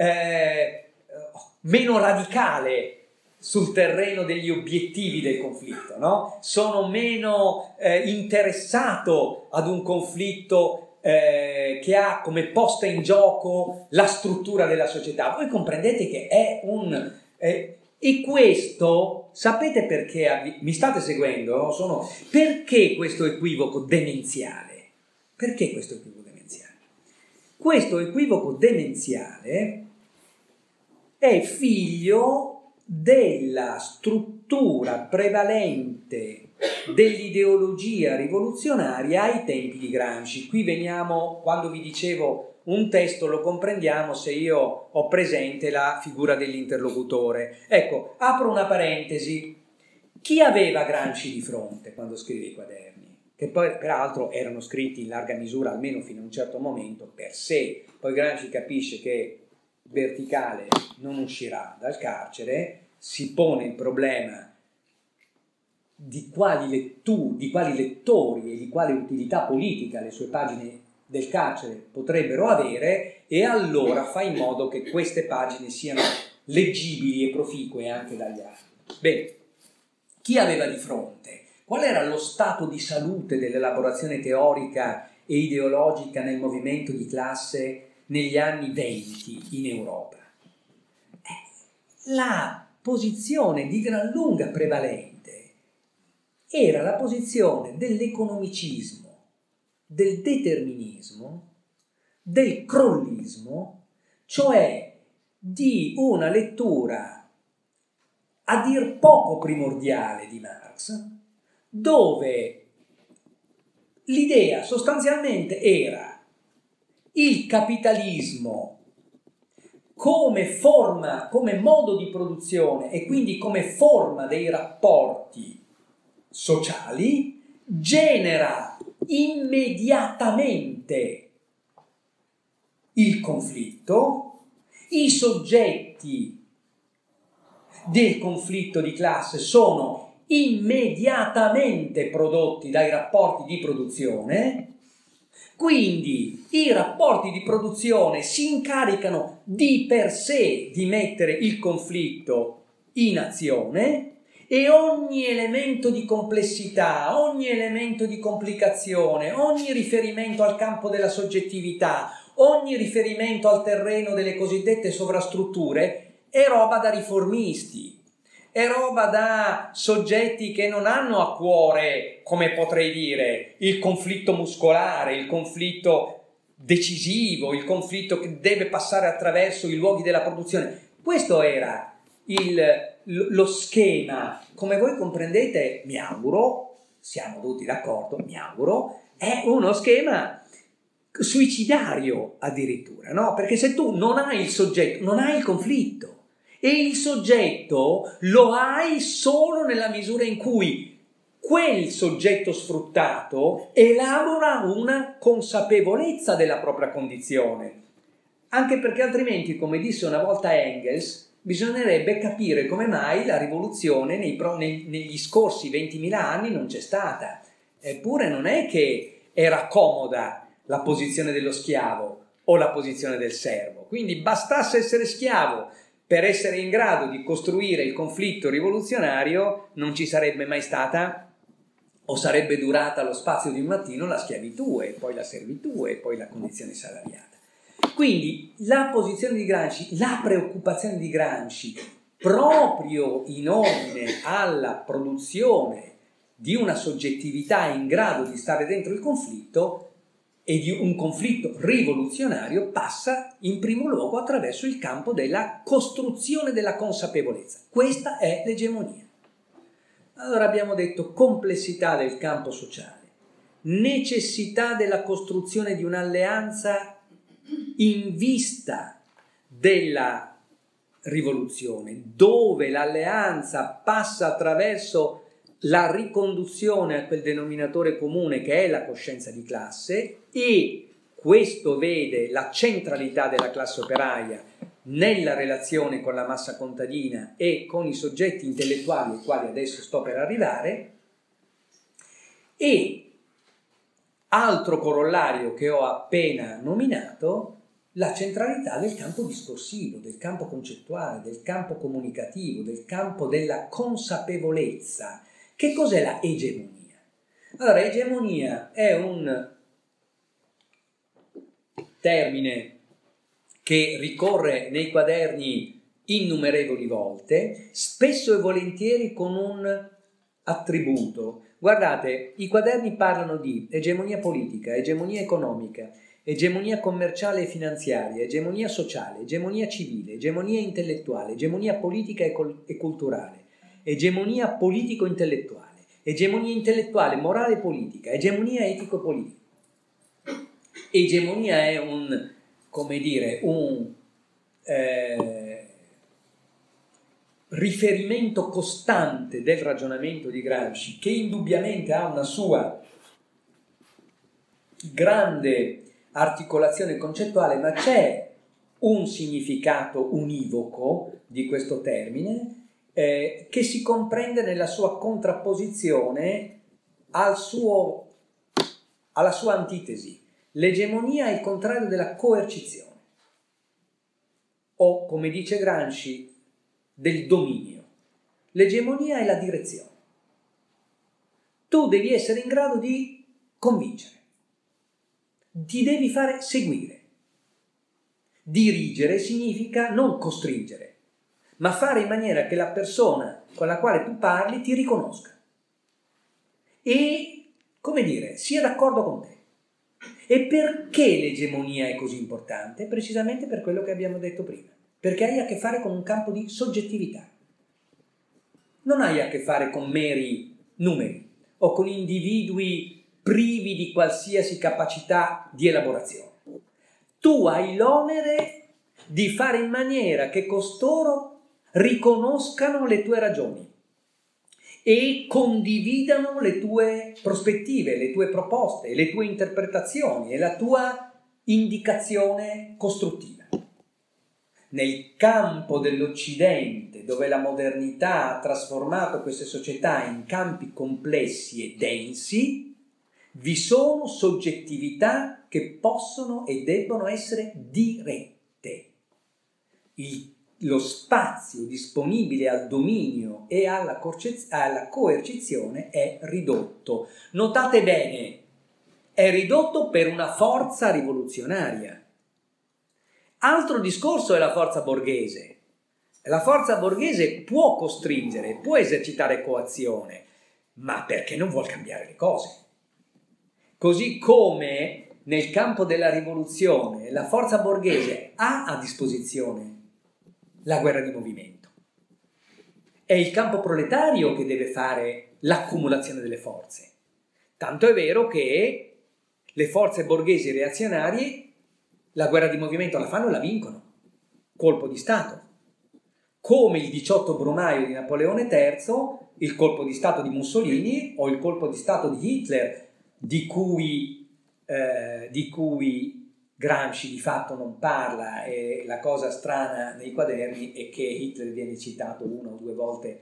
radicale sul terreno degli obiettivi del conflitto, no? Sono meno interessato ad un conflitto che ha come posta in gioco la struttura della società. Voi comprendete che è e questo, sapete perché mi state seguendo? Perché questo equivoco demenziale? Perché questo equivoco demenziale? Questo equivoco demenziale è figlio della struttura prevalente dell'ideologia rivoluzionaria ai tempi di Gramsci. Qui veniamo, quando vi dicevo un testo lo comprendiamo se io ho presente la figura dell'interlocutore. Ecco, apro una parentesi. Chi aveva Gramsci di fronte quando scrive i quaderni? Che poi peraltro erano scritti in larga misura, almeno fino a un certo momento, per sé. Poi Gramsci capisce che Verticale non uscirà dal carcere, si pone il problema di quali lettori e di quale utilità politica le sue pagine del carcere potrebbero avere, e allora fa in modo che queste pagine siano leggibili e proficue anche dagli altri. Bene, chi aveva di fronte? Qual era lo stato di salute dell'elaborazione teorica e ideologica nel movimento di classe negli anni 20 in Europa? La posizione di gran lunga prevalente era la posizione dell'economicismo, del determinismo, del crollismo, cioè di una lettura a dir poco primordiale di Marx, dove l'idea sostanzialmente era il capitalismo come forma, come modo di produzione e quindi come forma dei rapporti sociali, genera immediatamente il conflitto, i soggetti del conflitto di classe sono immediatamente prodotti dai rapporti di produzione. Quindi i rapporti di produzione si incaricano di per sé di mettere il conflitto in azione, e ogni elemento di complessità, ogni elemento di complicazione, ogni riferimento al campo della soggettività, ogni riferimento al terreno delle cosiddette sovrastrutture è roba da riformisti. È roba da soggetti che non hanno a cuore, come potrei dire, il conflitto muscolare, il conflitto decisivo, il conflitto che deve passare attraverso i luoghi della produzione. Questo era lo schema. Come voi comprendete, mi auguro, siamo tutti d'accordo, mi auguro, è uno schema suicidario addirittura, no? Perché se tu non hai il soggetto, non hai il conflitto. E il soggetto lo hai solo nella misura in cui quel soggetto sfruttato elabora una consapevolezza della propria condizione. Anche perché altrimenti, come disse una volta Engels, bisognerebbe capire come mai la rivoluzione negli scorsi 20.000 anni non c'è stata. Eppure non è che era comoda la posizione dello schiavo o la posizione del servo. Quindi bastasse essere schiavo per essere in grado di costruire il conflitto rivoluzionario, non ci sarebbe mai stata o sarebbe durata lo spazio di un mattino la schiavitù e poi la servitù e poi la condizione salariata. Quindi la posizione di Gramsci, la preoccupazione di Gramsci proprio in ordine alla produzione di una soggettività in grado di stare dentro il conflitto e di un conflitto rivoluzionario passa in primo luogo attraverso il campo della costruzione della consapevolezza. Questa è l'egemonia. Allora abbiamo detto complessità del campo sociale, necessità della costruzione di un'alleanza in vista della rivoluzione, dove l'alleanza passa attraverso la riconduzione a quel denominatore comune che è la coscienza di classe, e questo vede la centralità della classe operaia nella relazione con la massa contadina e con i soggetti intellettuali ai quali adesso sto per arrivare. E altro corollario che ho appena nominato, la centralità del campo discorsivo, del campo concettuale, del campo comunicativo, del campo della consapevolezza. Che cos'è la egemonia? Allora, egemonia è un termine che ricorre nei quaderni innumerevoli volte, spesso e volentieri con un attributo. Guardate, i quaderni parlano di egemonia politica, egemonia economica, egemonia commerciale e finanziaria, egemonia sociale, egemonia civile, egemonia intellettuale, egemonia politica e culturale, egemonia politico-intellettuale, egemonia intellettuale, morale e politica, egemonia etico-politica. Egemonia è un riferimento costante del ragionamento di Gramsci, che indubbiamente ha una sua grande articolazione concettuale, ma c'è un significato univoco di questo termine che si comprende nella sua contrapposizione alla sua antitesi. L'egemonia è il contrario della coercizione, o, come dice Gramsci, del dominio. L'egemonia è la direzione. Tu devi essere in grado di convincere, ti devi fare seguire. Dirigere significa non costringere, ma fare in maniera che la persona con la quale tu parli ti riconosca e, sia d'accordo con te. E perché l'egemonia è così importante? Precisamente per quello che abbiamo detto prima, perché hai a che fare con un campo di soggettività. Non hai a che fare con meri numeri o con individui privi di qualsiasi capacità di elaborazione. Tu hai l'onere di fare in maniera che costoro riconoscano le tue ragioni e condividano le tue prospettive, le tue proposte, le tue interpretazioni e la tua indicazione costruttiva. Nel campo dell'Occidente, dove la modernità ha trasformato queste società in campi complessi e densi, vi sono soggettività che possono e debbono essere dirette. Lo spazio disponibile al dominio e alla coercizione è ridotto. Notate bene, è ridotto per una forza rivoluzionaria. Altro discorso è la forza borghese. La forza borghese può costringere, può esercitare coazione, ma perché non vuol cambiare le cose. Così come nel campo della rivoluzione la forza borghese ha a disposizione la guerra di movimento. È il campo proletario che deve fare l'accumulazione delle forze. Tanto è vero che le forze borghesi reazionarie la guerra di movimento la fanno e la vincono. Colpo di Stato. come il 18 Brumaio di Napoleone III, il colpo di Stato di Mussolini o il colpo di Stato di Hitler, di cui Gramsci di fatto non parla, e la cosa strana nei quaderni è che Hitler viene citato 1 o 2 volte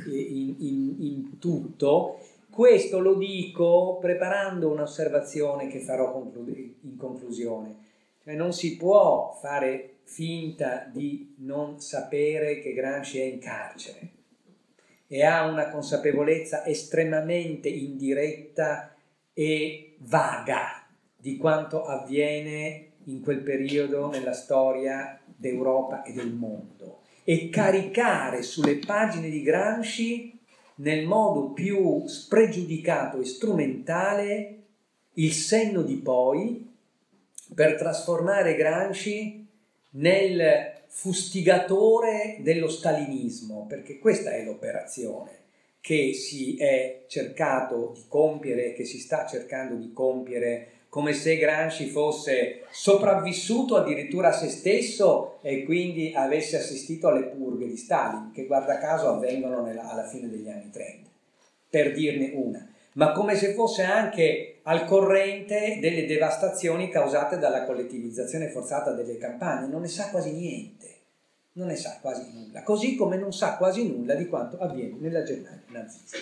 in tutto. Questo lo dico preparando un'osservazione che farò in conclusione. Cioè, non si può fare finta di non sapere che Gramsci è in carcere e ha una consapevolezza estremamente indiretta e vaga di quanto avviene in quel periodo nella storia d'Europa e del mondo, e caricare sulle pagine di Gramsci nel modo più spregiudicato e strumentale il senno di poi, per trasformare Gramsci nel fustigatore dello stalinismo, perché questa è l'operazione che si è cercato di compiere, che si sta cercando di compiere, come se Gramsci fosse sopravvissuto addirittura a se stesso e quindi avesse assistito alle purghe di Stalin, che guarda caso avvengono alla fine degli anni 30, per dirne una, ma come se fosse anche al corrente delle devastazioni causate dalla collettivizzazione forzata delle campagne. Non ne sa quasi niente, non ne sa quasi nulla, così come non sa quasi nulla di quanto avviene nella Germania nazista.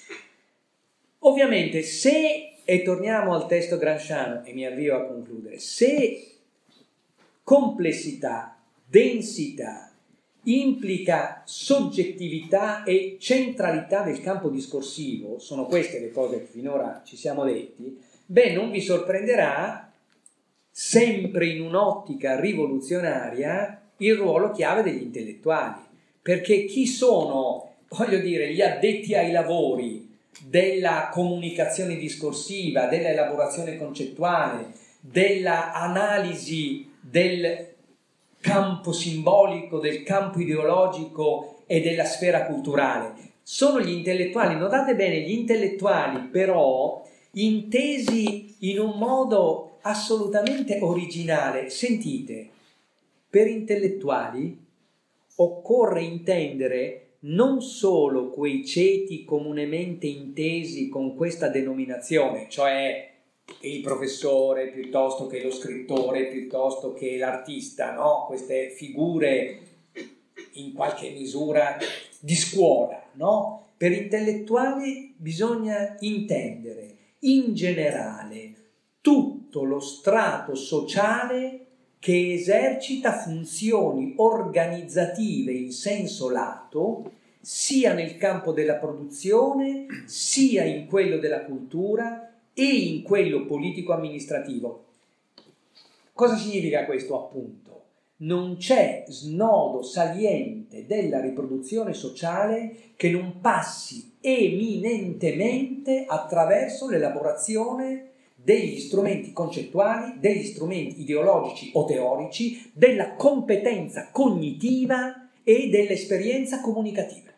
Ovviamente, se, e torniamo al testo gramsciano e mi avvio a concludere, se complessità, densità implica soggettività e centralità del campo discorsivo, sono queste le cose che finora ci siamo detti, beh, non vi sorprenderà, sempre in un'ottica rivoluzionaria, il ruolo chiave degli intellettuali, perché chi sono, voglio dire, gli addetti ai lavori della comunicazione discorsiva, della elaborazione concettuale, della analisi del campo simbolico, del campo ideologico e della sfera culturale? Sono gli intellettuali. Notate bene, gli intellettuali però intesi in un modo assolutamente originale. Sentite, per intellettuali occorre intendere non solo quei ceti comunemente intesi con questa denominazione, cioè il professore piuttosto che lo scrittore piuttosto che l'artista, no? Queste figure in qualche misura di scuola, no? Per intellettuali bisogna intendere in generale tutto lo strato sociale che esercita funzioni organizzative in senso lato, sia nel campo della produzione, sia in quello della cultura e in quello politico-amministrativo. Cosa significa questo, appunto? Non c'è snodo saliente della riproduzione sociale che non passi eminentemente attraverso l'elaborazione degli strumenti concettuali, degli strumenti ideologici o teorici, della competenza cognitiva e dell'esperienza comunicativa.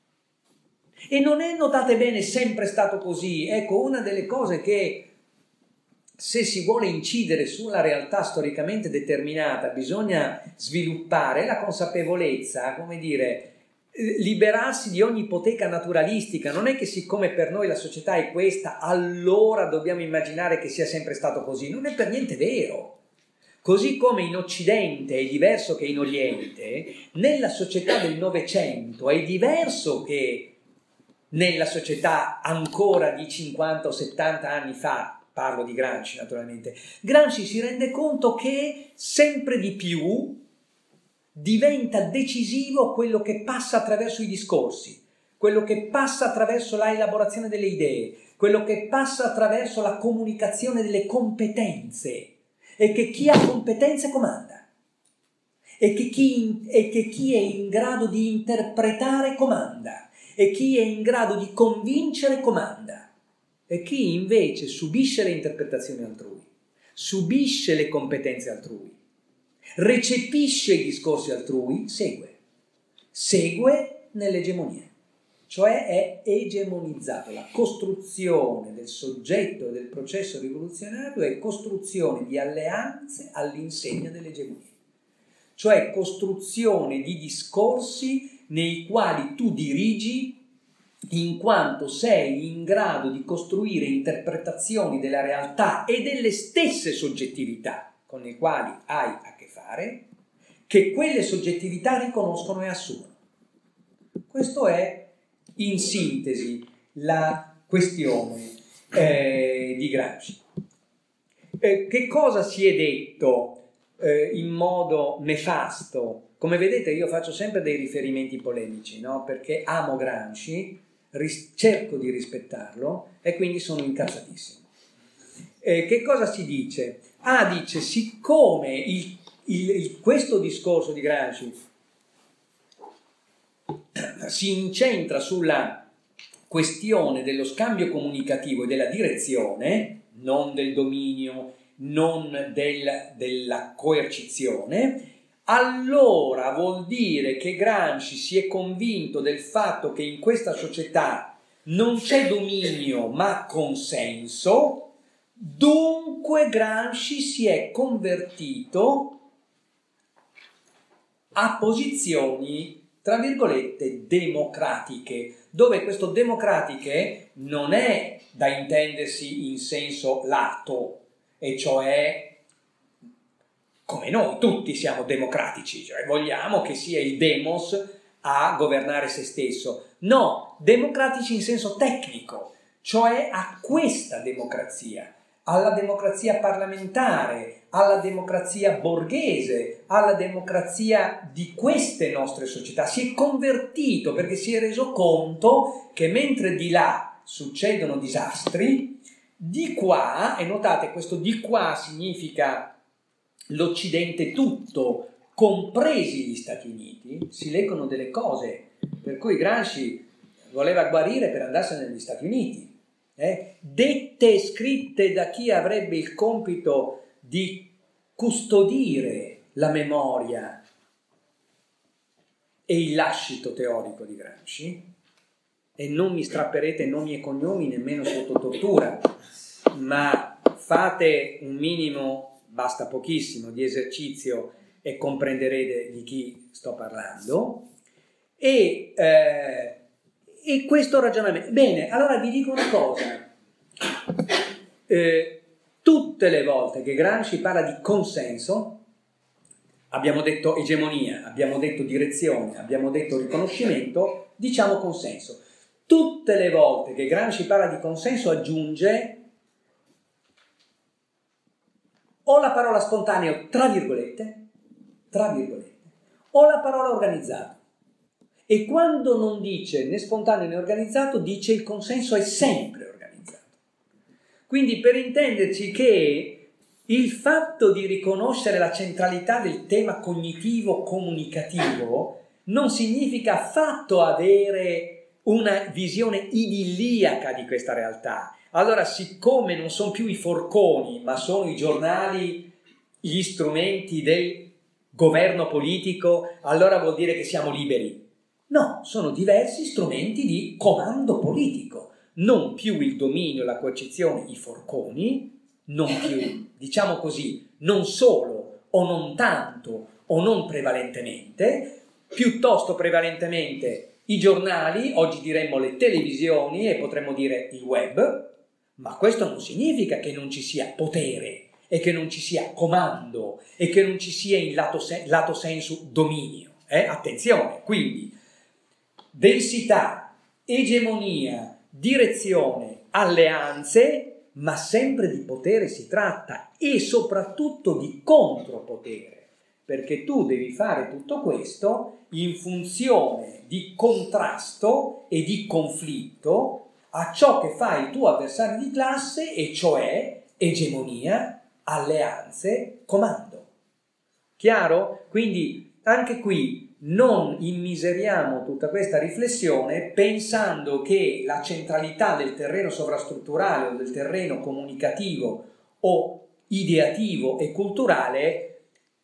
E non è, notate bene, sempre stato così. Ecco, una delle cose che, se si vuole incidere sulla realtà storicamente determinata, bisogna sviluppare è la consapevolezza, come dire, liberarsi di ogni ipoteca naturalistica. Non è che siccome per noi la società è questa, allora dobbiamo immaginare che sia sempre stato così. Non è per niente vero. Così come in Occidente è diverso che in Oriente, nella società del Novecento è diverso che nella società ancora di 50 o 70 anni fa. Parlo di Gramsci, naturalmente. Gramsci si rende conto che sempre di più diventa decisivo quello che passa attraverso i discorsi, quello che passa attraverso la elaborazione delle idee, quello che passa attraverso la comunicazione delle competenze, e che chi ha competenze comanda, e che chi è in grado di interpretare comanda, e chi è in grado di convincere comanda, e chi invece subisce le interpretazioni altrui, subisce le competenze altrui, recepisce i discorsi altrui, segue nell'egemonia, cioè è egemonizzato. La costruzione del soggetto e del processo rivoluzionario è costruzione di alleanze all'insegna dell'egemonia, cioè costruzione di discorsi nei quali tu dirigi in quanto sei in grado di costruire interpretazioni della realtà e delle stesse soggettività con le quali hai a che fare, che quelle soggettività riconoscono e assumono. Questo è, in sintesi, la questione di Gramsci. Che cosa si è detto in modo nefasto? Come vedete, io faccio sempre dei riferimenti polemici, no? Perché amo Gramsci, cerco di rispettarlo e quindi sono incazzatissimo. Che cosa si dice? Dice, siccome questo discorso di Gramsci si incentra sulla questione dello scambio comunicativo e della direzione, non del dominio, non della coercizione, allora vuol dire che Gramsci si è convinto del fatto che in questa società non c'è dominio ma consenso, dunque Gramsci si è convertito a posizioni, tra virgolette, democratiche, dove questo democratiche non è da intendersi in senso lato, e cioè come noi tutti siamo democratici, cioè vogliamo che sia il demos a governare se stesso. No, democratici in senso tecnico, cioè a questa democrazia, alla democrazia parlamentare, alla democrazia borghese, alla democrazia di queste nostre società. Si è convertito perché si è reso conto che mentre di là succedono disastri, di qua, e notate questo di qua significa l'Occidente tutto, compresi gli Stati Uniti, si leggono delle cose per cui Gramsci voleva guarire per andarsene negli Stati Uniti. Dette e scritte da chi avrebbe il compito di custodire la memoria e il lascito teorico di Gramsci, e non mi strapperete nomi e cognomi nemmeno sotto tortura, ma fate un minimo, basta pochissimo, di esercizio e comprenderete di chi sto parlando, e questo ragionamento. Bene, allora vi dico una cosa. Tutte le volte che Gramsci parla di consenso, abbiamo detto egemonia, abbiamo detto direzione, abbiamo detto riconoscimento, diciamo consenso. Tutte le volte che Gramsci parla di consenso aggiunge o la parola spontaneo tra virgolette, o la parola organizzato. E quando non dice né spontaneo né organizzato, dice il consenso è sempre organizzato. Quindi per intenderci che il fatto di riconoscere la centralità del tema cognitivo-comunicativo non significa affatto avere una visione idilliaca di questa realtà. Allora, siccome non sono più i forconi, ma sono i giornali, gli strumenti del governo politico, allora vuol dire che siamo liberi. No, sono diversi strumenti di comando politico, non più il dominio, la coercizione, i forconi, non più, diciamo così, non solo o non tanto o non prevalentemente, piuttosto prevalentemente i giornali, oggi diremmo le televisioni e potremmo dire il web, ma questo non significa che non ci sia potere e che non ci sia comando e che non ci sia in lato sensu dominio. Attenzione, quindi densità, egemonia, direzione, alleanze, ma sempre di potere si tratta e soprattutto di contropotere, perché tu devi fare tutto questo in funzione di contrasto e di conflitto a ciò che fa il tuo avversario di classe, e cioè egemonia, alleanze, comando. Chiaro? Quindi anche qui non immiseriamo tutta questa riflessione pensando che la centralità del terreno sovrastrutturale o del terreno comunicativo o ideativo e culturale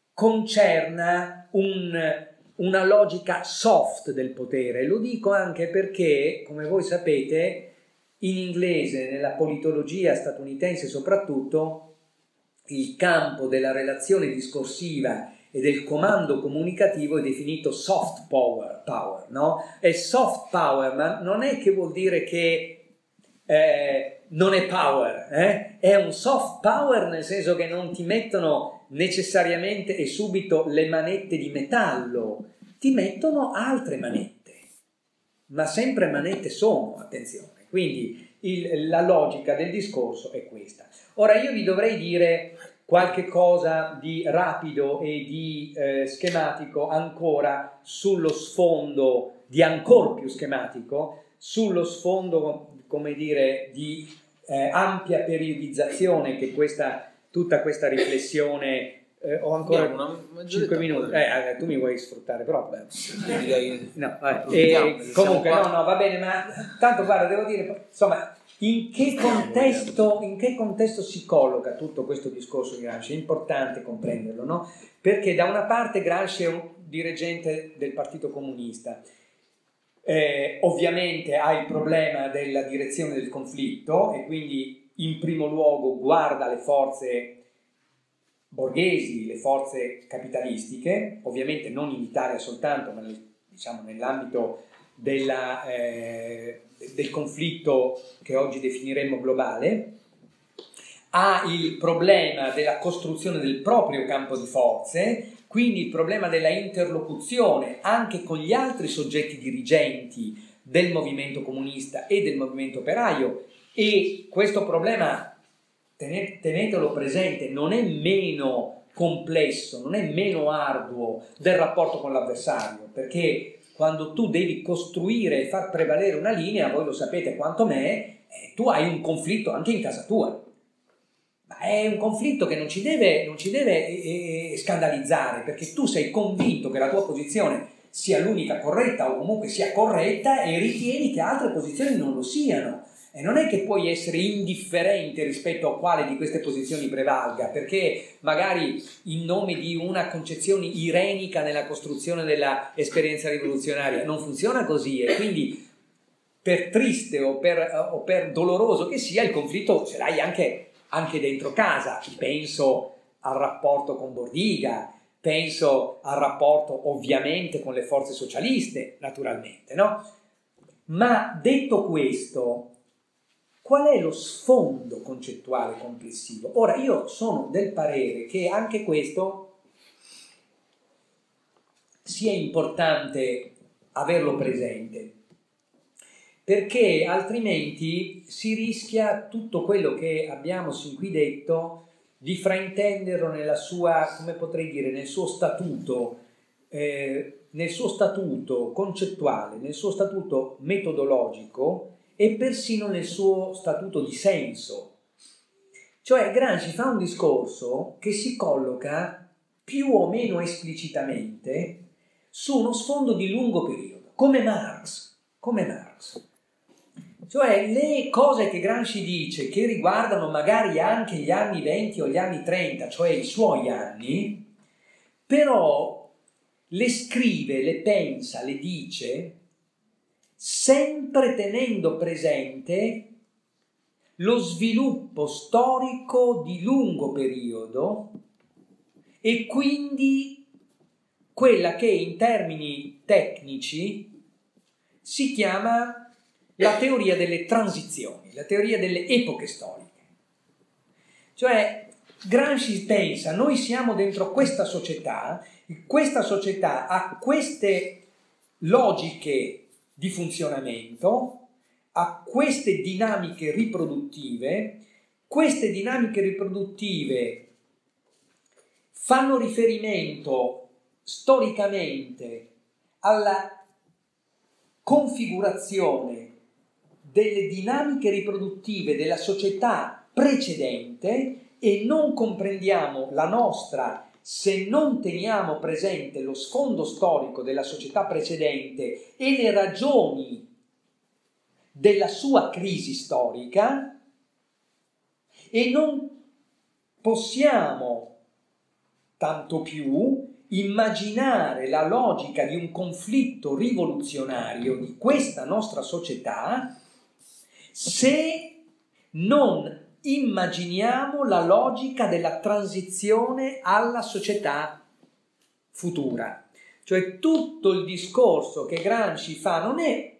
concerna una logica soft del potere. Lo dico anche perché, come voi sapete, in inglese, nella politologia statunitense soprattutto, il campo della relazione discorsiva e e del comando comunicativo è definito soft power, no? E soft power, ma non è che vuol dire che non è power, è un soft power nel senso che non ti mettono necessariamente e subito le manette di metallo, ti mettono altre manette, ma sempre manette sono, attenzione. Quindi la logica del discorso è questa. Ora io vi dovrei dire qualche cosa di rapido e di schematico ancora sullo sfondo, di ancor più schematico, sullo sfondo, come dire, di ampia periodizzazione che tutta questa riflessione. Ho ancora 5 minuti. Tu mi vuoi sfruttare, però direi no, comunque no, va bene, ma tanto guarda, devo dire, insomma, in che contesto si colloca tutto questo discorso di Gramsci? È importante comprenderlo, no? Perché da una parte Gramsci è un dirigente del Partito Comunista, ovviamente ha il problema della direzione del conflitto e quindi in primo luogo guarda le forze borghesi, le forze capitalistiche, ovviamente non in Italia soltanto, ma diciamo nell'ambito del conflitto che oggi definiremmo globale, ha il problema della costruzione del proprio campo di forze, quindi il problema della interlocuzione anche con gli altri soggetti dirigenti del movimento comunista e del movimento operaio, e questo problema, tenetelo presente, non è meno complesso, non è meno arduo del rapporto con l'avversario, perché quando tu devi costruire e far prevalere una linea, voi lo sapete quanto me, tu hai un conflitto anche in casa tua. Ma è un conflitto che non ci deve scandalizzare, perché tu sei convinto che la tua posizione sia l'unica corretta o comunque sia corretta e ritieni che altre posizioni non lo siano. E non è che puoi essere indifferente rispetto a quale di queste posizioni prevalga, perché magari in nome di una concezione irenica nella costruzione dell'esperienza rivoluzionaria non funziona così, e quindi per triste o per doloroso che sia, il conflitto ce l'hai anche dentro casa. Penso al rapporto con Bordiga, penso al rapporto ovviamente con le forze socialiste, naturalmente, no? Ma detto questo, qual è lo sfondo concettuale complessivo? Ora, io sono del parere che anche questo sia importante averlo presente, perché altrimenti si rischia tutto quello che abbiamo sin qui detto di fraintenderlo nella sua, come potrei dire, nel suo statuto concettuale, nel suo statuto metodologico e persino nel suo statuto di senso. Cioè Gramsci fa un discorso che si colloca più o meno esplicitamente su uno sfondo di lungo periodo, come Marx. Cioè le cose che Gramsci dice, che riguardano magari anche gli anni 20 o gli anni 30, cioè i suoi anni, però le scrive, le pensa, le dice sempre tenendo presente lo sviluppo storico di lungo periodo e quindi quella che in termini tecnici si chiama la teoria delle transizioni, la teoria delle epoche storiche. Cioè Gramsci pensa, noi siamo dentro questa società ha queste logiche di funzionamento, ha queste dinamiche riproduttive. Queste dinamiche riproduttive fanno riferimento storicamente alla configurazione delle dinamiche riproduttive della società precedente, e non comprendiamo la nostra se non teniamo presente lo sfondo storico della società precedente e le ragioni della sua crisi storica, e non possiamo tanto più immaginare la logica di un conflitto rivoluzionario di questa nostra società se non immaginiamo la logica della transizione alla società futura. Cioè tutto il discorso che Gramsci fa non è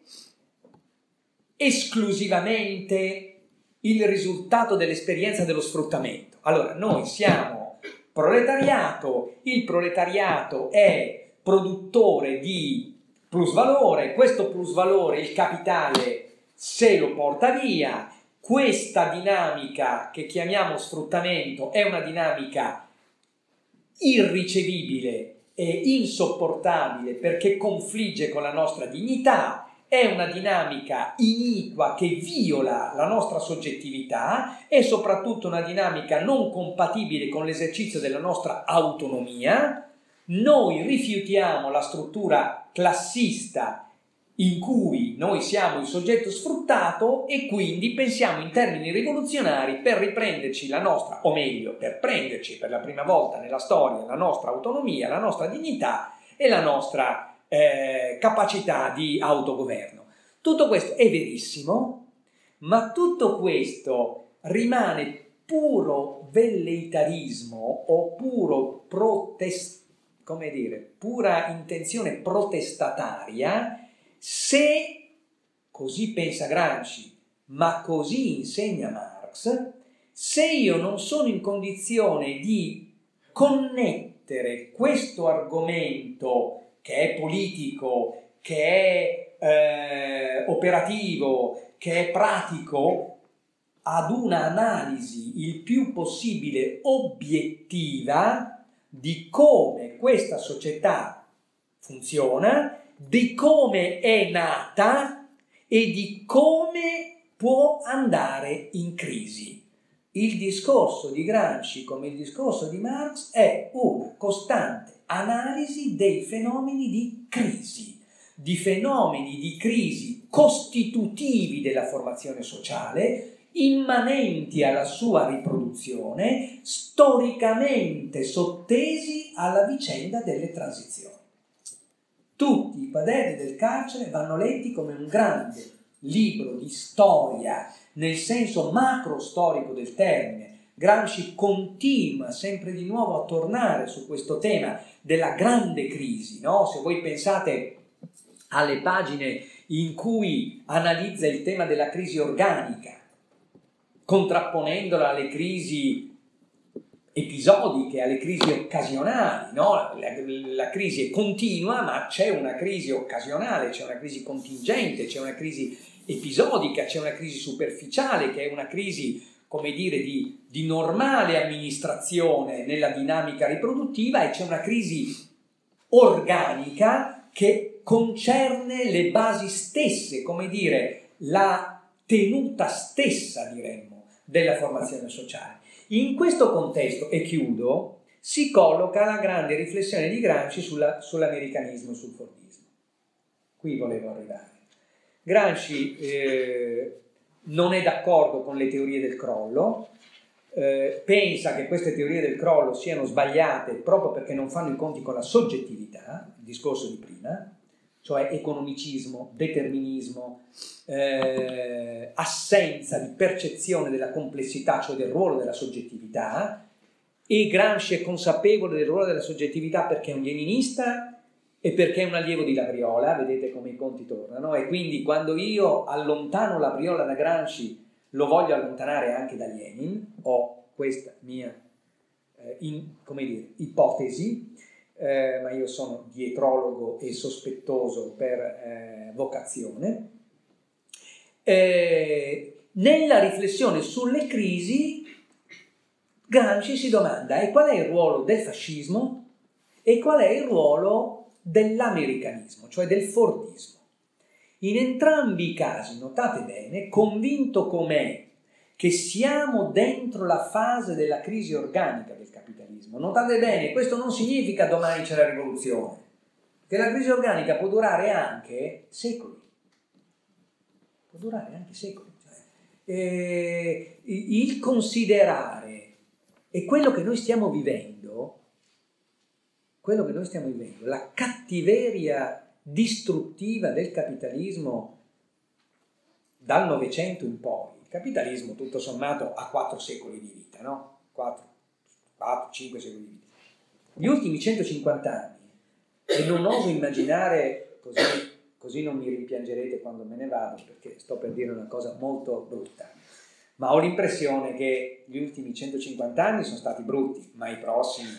esclusivamente il risultato dell'esperienza dello sfruttamento. Allora, noi siamo proletariato, il proletariato è produttore di plusvalore, questo plusvalore il capitale se lo porta via, questa dinamica che chiamiamo sfruttamento è una dinamica irricevibile e insopportabile perché confligge con la nostra dignità, è una dinamica iniqua che viola la nostra soggettività e soprattutto una dinamica non compatibile con l'esercizio della nostra autonomia. Noi rifiutiamo la struttura classista in cui noi siamo il soggetto sfruttato e quindi pensiamo in termini rivoluzionari per riprenderci la nostra, o meglio, per prenderci per la prima volta nella storia la nostra autonomia, la nostra dignità e la nostra capacità di autogoverno. Tutto questo è verissimo, ma tutto questo rimane puro velleitarismo o puro pura intenzione protestataria se, così pensa Gramsci, ma così insegna Marx, se io non sono in condizione di connettere questo argomento che è politico, che è operativo, che è pratico, ad un'analisi il più possibile obiettiva di come questa società funziona, di come è nata e di come può andare in crisi. Il discorso di Gramsci, come il discorso di Marx, è una costante analisi dei fenomeni di crisi costitutivi della formazione sociale, immanenti alla sua riproduzione, storicamente sottesi alla vicenda delle transizioni. Tutti i quaderni del carcere vanno letti come un grande libro di storia, nel senso macro-storico del termine. Gramsci continua sempre di nuovo a tornare su questo tema della grande crisi, no? Se voi pensate alle pagine in cui analizza il tema della crisi organica, contrapponendola alle crisi episodiche, alle crisi occasionali, no? La crisi è continua, ma c'è una crisi occasionale, c'è una crisi contingente, c'è una crisi episodica, c'è una crisi superficiale, che è una crisi, come dire, di normale amministrazione nella dinamica riproduttiva, e c'è una crisi organica che concerne le basi stesse, come dire, la tenuta stessa, diremmo, della formazione sociale. In questo contesto, e chiudo, si colloca la grande riflessione di Gramsci sull'americanismo e sul fordismo. Qui volevo arrivare. Gramsci non è d'accordo con le teorie del crollo, pensa che queste teorie del crollo siano sbagliate proprio perché non fanno i conti con la soggettività, il discorso di prima, cioè economicismo, determinismo, assenza di percezione della complessità, cioè del ruolo della soggettività, e Gramsci è consapevole del ruolo della soggettività perché è un leninista e perché è un allievo di Labriola, vedete come i conti tornano, e quindi quando io allontano Labriola da Gramsci lo voglio allontanare anche da Lenin, ho questa mia ipotesi, ma io sono dietrologo e sospettoso per vocazione. Nella riflessione sulle crisi Gramsci si domanda: e qual è il ruolo del fascismo e qual è il ruolo dell'americanismo, cioè del fordismo? In entrambi i casi, notate bene, convinto com'è che siamo dentro la fase della crisi organica del capitalismo. Notate bene, questo non significa domani c'è la rivoluzione, che la crisi organica può durare anche secoli. Può durare anche secoli. Il considerare e quello che noi stiamo vivendo, la cattiveria distruttiva del capitalismo dal Novecento in poi. Il capitalismo tutto sommato ha 4 secoli di vita, no? 4-5 secoli di vita. Gli ultimi 150 anni e non oso immaginare, così non mi rimpiangerete quando me ne vado, perché sto per dire una cosa molto brutta, ma ho l'impressione che gli ultimi 150 anni sono stati brutti, ma i prossimi,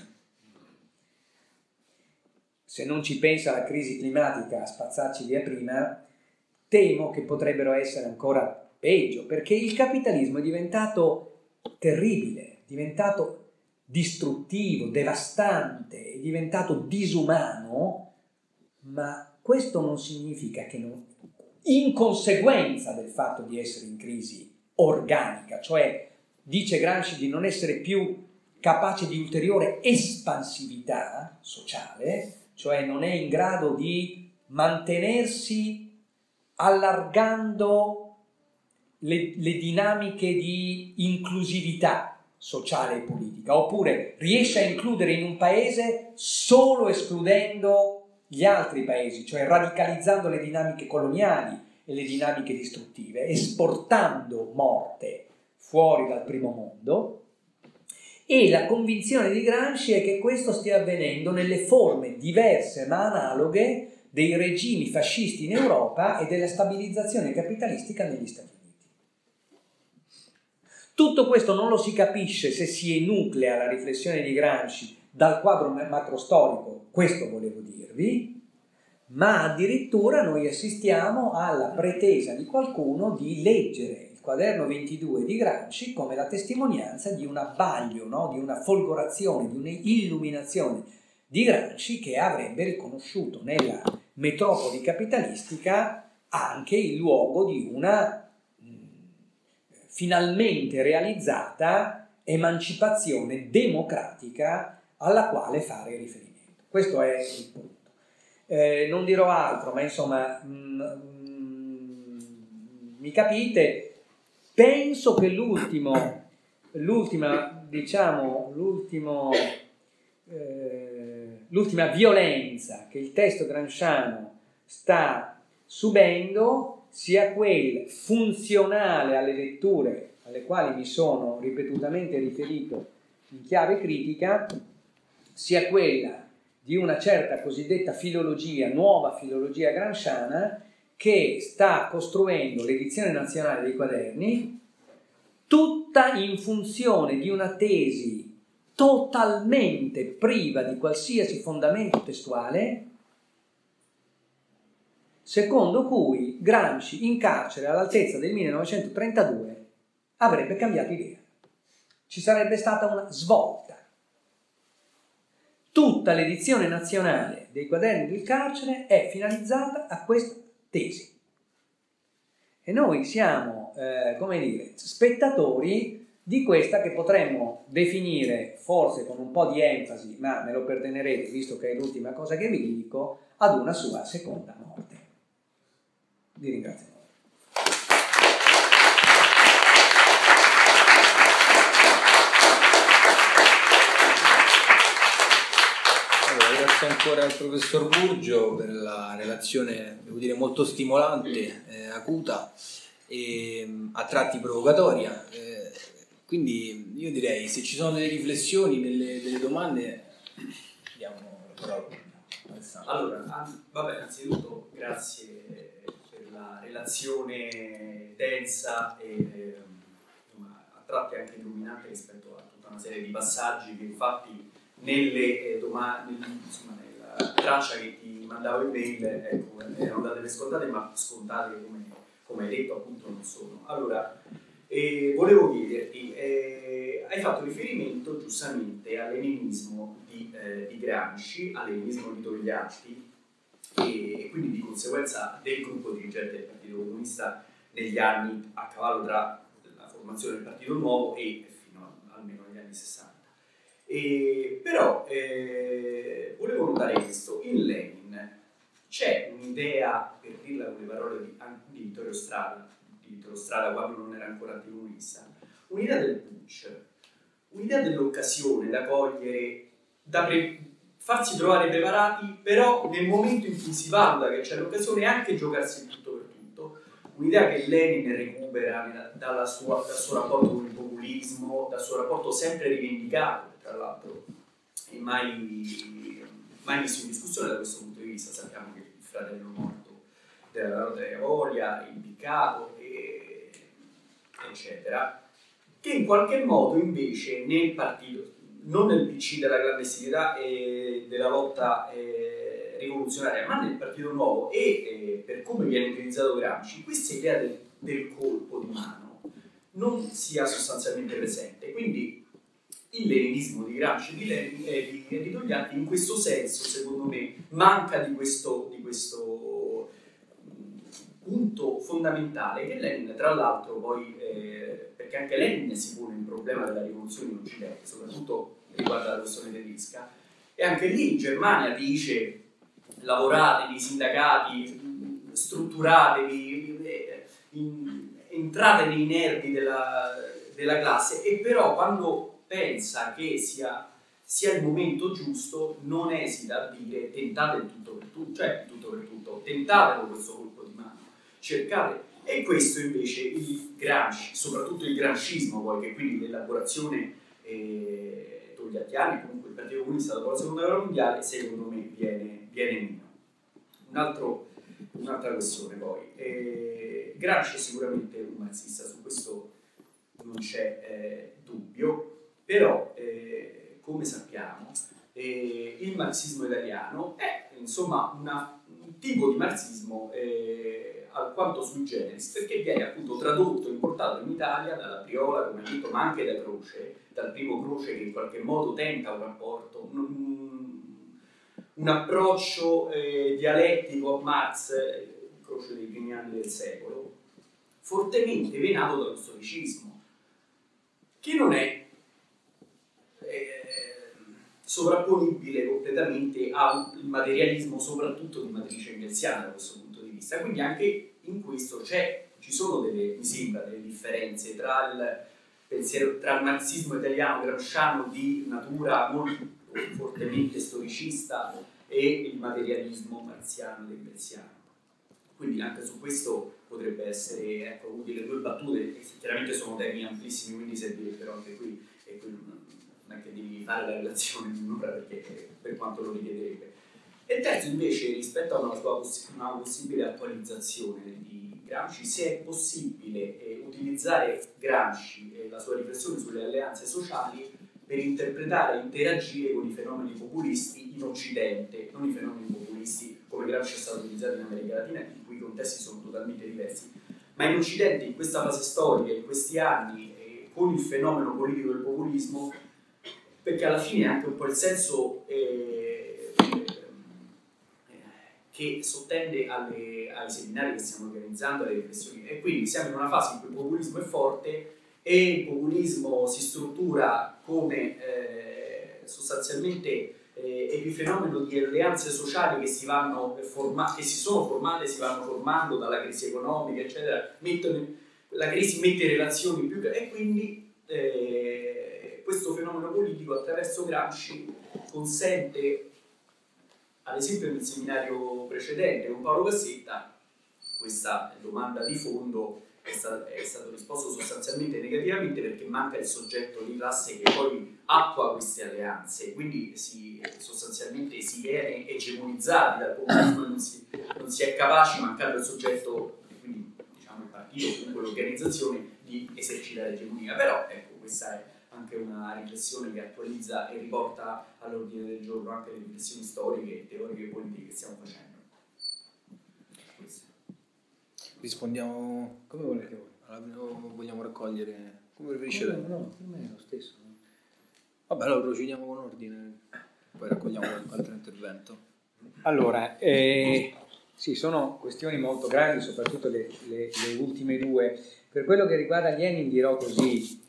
se non ci pensa la crisi climatica a spazzarci via prima, temo che potrebbero essere ancora peggio, perché il capitalismo è diventato terribile, è diventato distruttivo, devastante, è diventato disumano, ma questo non significa che in conseguenza del fatto di essere in crisi organica, cioè dice Gramsci di non essere più capace di ulteriore espansività sociale, cioè non è in grado di mantenersi allargando le dinamiche di inclusività sociale e politica, oppure riesce a includere in un paese solo escludendo gli altri paesi, cioè radicalizzando le dinamiche coloniali e le dinamiche distruttive, esportando morte fuori dal primo mondo. E la convinzione di Gramsci è che questo stia avvenendo nelle forme diverse ma analoghe dei regimi fascisti in Europa e della stabilizzazione capitalistica negli Stati Uniti. Tutto questo non lo si capisce se si enuclea la riflessione di Gramsci dal quadro macrostorico, questo volevo dirvi, ma addirittura noi assistiamo alla pretesa di qualcuno di leggere il quaderno 22 di Gramsci come la testimonianza di un abbaglio, no? Di una folgorazione, di un'illuminazione di Gramsci che avrebbe riconosciuto nella metropoli capitalistica anche il luogo di una finalmente realizzata emancipazione democratica alla quale fare riferimento. Questo è il punto. Non dirò altro, ma insomma, mi capite? Penso che l'ultima violenza che il testo gramsciano sta subendo sia quel funzionale alle letture alle quali mi sono ripetutamente riferito in chiave critica, sia quella di una certa cosiddetta filologia, nuova filologia gramsciana, che sta costruendo l'edizione nazionale dei quaderni, tutta in funzione di una tesi totalmente priva di qualsiasi fondamento testuale, secondo cui Gramsci in carcere all'altezza del 1932 avrebbe cambiato idea. Ci sarebbe stata una svolta. Tutta l'edizione nazionale dei quaderni del carcere è finalizzata a questa tesi. E noi siamo, spettatori di questa che potremmo definire, forse con un po' di enfasi, ma me lo perdonerete visto che è l'ultima cosa che vi dico, ad una sua seconda morte. Vi ringrazio. Grazie ancora al professor Burgio per la relazione, devo dire, molto stimolante, acuta e a tratti provocatoria. Quindi io direi, se ci sono delle riflessioni, delle domande, diamo la parola. Allora, vabbè, anzitutto grazie per la relazione densa e a tratti anche illuminante rispetto a tutta una serie di passaggi che infatti nella traccia che ti mandavo in mail, ecco, erano date per scontate, ma scontate come hai detto appunto non sono. Allora, volevo chiederti, hai fatto riferimento giustamente all'enimismo di Gramsci, all'enimismo di Togliatti e quindi di conseguenza del gruppo dirigente del Partito Comunista negli anni a cavallo tra la formazione del Partito Nuovo e fino almeno agli anni 60. Però volevo notare questo: in Lenin c'è un'idea, per dirla con le parole di Vittorio Strada quando non era ancora anticomunista, un'idea del putsch, un'idea dell'occasione da cogliere, farsi trovare preparati, però nel momento in cui si valuta che c'è l'occasione anche giocarsi il tutto per tutto, un'idea che Lenin recupera dal suo rapporto con il populismo, dal suo rapporto sempre rivendicato, tra l'altro, e mai mai messo in discussione da questo punto di vista. Sappiamo che il fratello morto della Rosa Voglia, impiccato, eccetera, che in qualche modo invece nel partito, non nel PC della clandestinità e della lotta rivoluzionaria, ma nel Partito Nuovo e per come viene utilizzato Gramsci, questa idea del colpo di mano non sia sostanzialmente presente. Quindi il leninismo di Gramsci e di Togliatti in questo senso, secondo me, manca di questo punto fondamentale che Lenin, tra l'altro, poi perché anche Lenin si pone il problema della rivoluzione in Occidente, soprattutto riguardo alla questione tedesca, e anche lì in Germania dice: lavoratevi, sindacati, strutturatevi, entrate nei nervi della classe, e però quando pensa che sia il momento giusto non esita a dire: tentate il tutto per tutto, cioè il tutto per tutto, tentatelo questo colpo di mano, cercate. E questo invece il Gramsci, soprattutto il gramscismo, poi, che quindi l'elaborazione togliattiana, comunque il Partito Comunista dopo la Seconda Guerra Mondiale, secondo me viene meno. Un'altra questione poi, Gramsci è sicuramente un marxista, su questo non c'è dubbio, però come sappiamo il marxismo italiano è insomma un tipo di marxismo alquanto sui generis, perché viene appunto tradotto e importato in Italia dalla Priola, come detto, ma anche da Croce, dal primo Croce, che in qualche modo tenta un rapporto, un approccio dialettico a Marx, Croce dei primi anni del secolo, fortemente venato dallo storicismo, che non è sovrapponibile completamente al materialismo, materialismo, soprattutto di matrice engelsiana da questo punto di vista. Quindi anche in questo ci sono mi sembra, delle differenze tra il pensiero, tra il marxismo italiano gramsciano di natura molto fortemente storicista e il materialismo marziano ed engelsiano. Quindi anche su questo potrebbe essere utile due battute, che chiaramente sono temi amplissimi, quindi servirebbero anche qui, e qui non è che devi fare la relazione in un'ora, perché per quanto lo richiederebbe. E terzo, invece, rispetto a una possibile attualizzazione di Gramsci, se è possibile utilizzare Gramsci e la sua riflessione sulle alleanze sociali per interpretare e interagire con i fenomeni populisti in Occidente, non i fenomeni populisti come Gramsci è stato utilizzato in America Latina, in cui i contesti sono totalmente diversi, ma in Occidente, in questa fase storica, in questi anni, con il fenomeno politico del populismo, perché alla fine è anche un po' il senso che sottende ai seminari che stiamo organizzando, alle riflessioni, e quindi siamo in una fase in cui il populismo è forte e il populismo si struttura come sostanzialmente epifenomeno di alleanze sociali che si sono formate, si vanno formando dalla crisi economica, eccetera. La crisi mette relazioni più, e quindi questo fenomeno politico attraverso Gramsci consente, ad esempio nel seminario precedente con Paolo Cassetta, questa domanda di fondo è stato risposto sostanzialmente negativamente, perché manca il soggetto di classe che poi attua queste alleanze, quindi sostanzialmente si viene egemonizzati dal populismo e non si è capaci, mancando il soggetto, quindi diciamo il partito, comunque l'organizzazione, di esercitare l'egemonia. Però ecco, questa è anche una riflessione che attualizza e riporta all'ordine del giorno anche le riflessioni storiche, teoriche e politiche che stiamo facendo. Rispondiamo come volete voi, o vogliamo raccogliere come preferisce lei? No, per me è lo stesso. Vabbè, allora procediamo con ordine, poi raccogliamo qualche intervento. Allora, sì, sono questioni molto grandi, soprattutto le ultime due. Per quello che riguarda Lenin dirò così: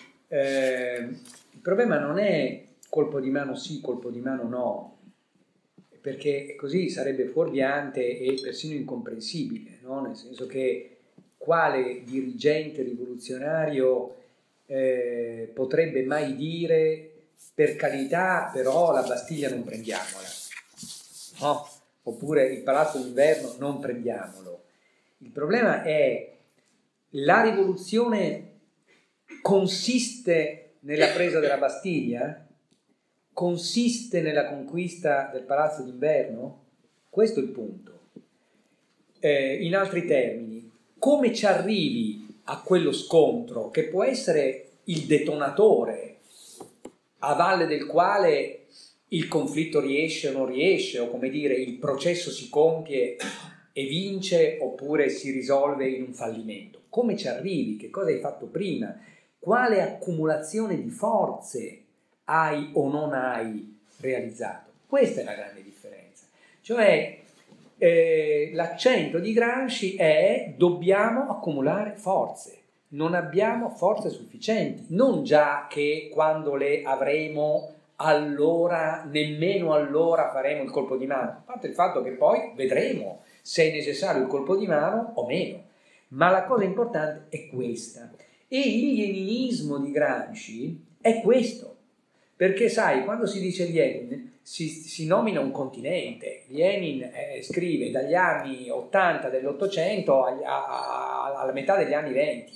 il problema non è colpo di mano sì, colpo di mano no, perché così sarebbe fuorviante e persino incomprensibile, no? Nel senso che quale dirigente rivoluzionario potrebbe mai dire: per carità, però la Bastiglia non prendiamola, no? Oppure il Palazzo d'Inverno non prendiamolo. Il problema è: la rivoluzione consiste nella presa della Bastiglia? consiste nella conquista del palazzo d'inverno? Questo è il punto. In altri termini, come ci arrivi a quello scontro che può essere il detonatore a valle del quale il conflitto riesce o non riesce, o come dire, il processo si compie e vince oppure si risolve in un fallimento? Come ci arrivi? Che cosa hai fatto prima? Quale accumulazione di forze hai o non hai realizzato? Questa è la grande differenza. Cioè, l'accento di Gramsci è: dobbiamo accumulare forze, non abbiamo forze sufficienti, non già che quando le avremo allora, nemmeno allora faremo il colpo di mano, a parte il fatto che poi vedremo se è necessario il colpo di mano o meno, ma la cosa importante è questa. E il leninismo di Gramsci è questo, perché sai, quando si dice Lenin si nomina un continente. Lenin scrive dagli anni 80 dell'Ottocento alla metà degli anni 20.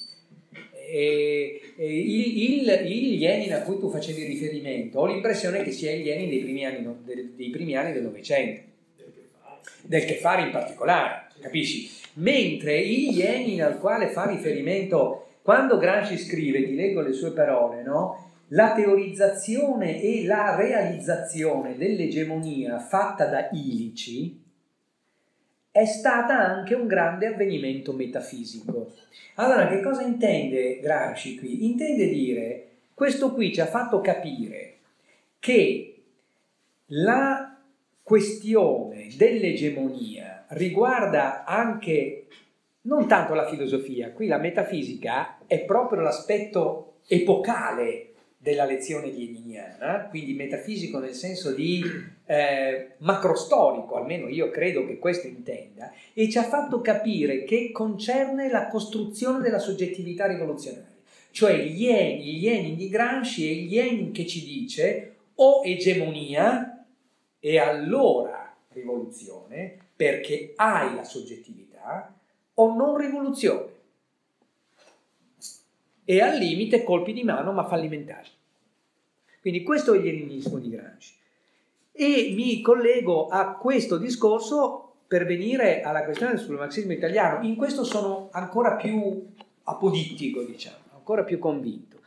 Il Lenin a cui tu facevi riferimento, ho l'impressione che sia il Lenin dei primi anni del Novecento, del che fare in particolare, capisci? Mentre il Lenin al quale fa riferimento, quando Gramsci scrive, ti leggo le sue parole, no? La teorizzazione e la realizzazione dell'egemonia fatta da Ilici è stata anche un grande avvenimento metafisico. Allora, che cosa intende Gramsci qui? Intende dire, questo qui ci ha fatto capire che la questione dell'egemonia riguarda anche non tanto la filosofia, qui la metafisica è proprio l'aspetto epocale della lezione leniniana, quindi metafisico nel senso di macrostorico, almeno io credo che questo intenda, e ci ha fatto capire che concerne la costruzione della soggettività rivoluzionaria, cioè il Lenin di Gramsci è il Lenin che ci dice o egemonia e allora rivoluzione, perché hai la soggettività, o non rivoluzione, e al limite colpi di mano ma fallimentari. Quindi questo è il leninismo di Gramsci. E mi collego a questo discorso per venire alla questione sul marxismo italiano. In questo sono ancora più apodittico, diciamo, ancora più convinto.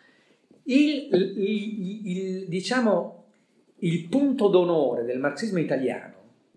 Diciamo, il punto d'onore del marxismo italiano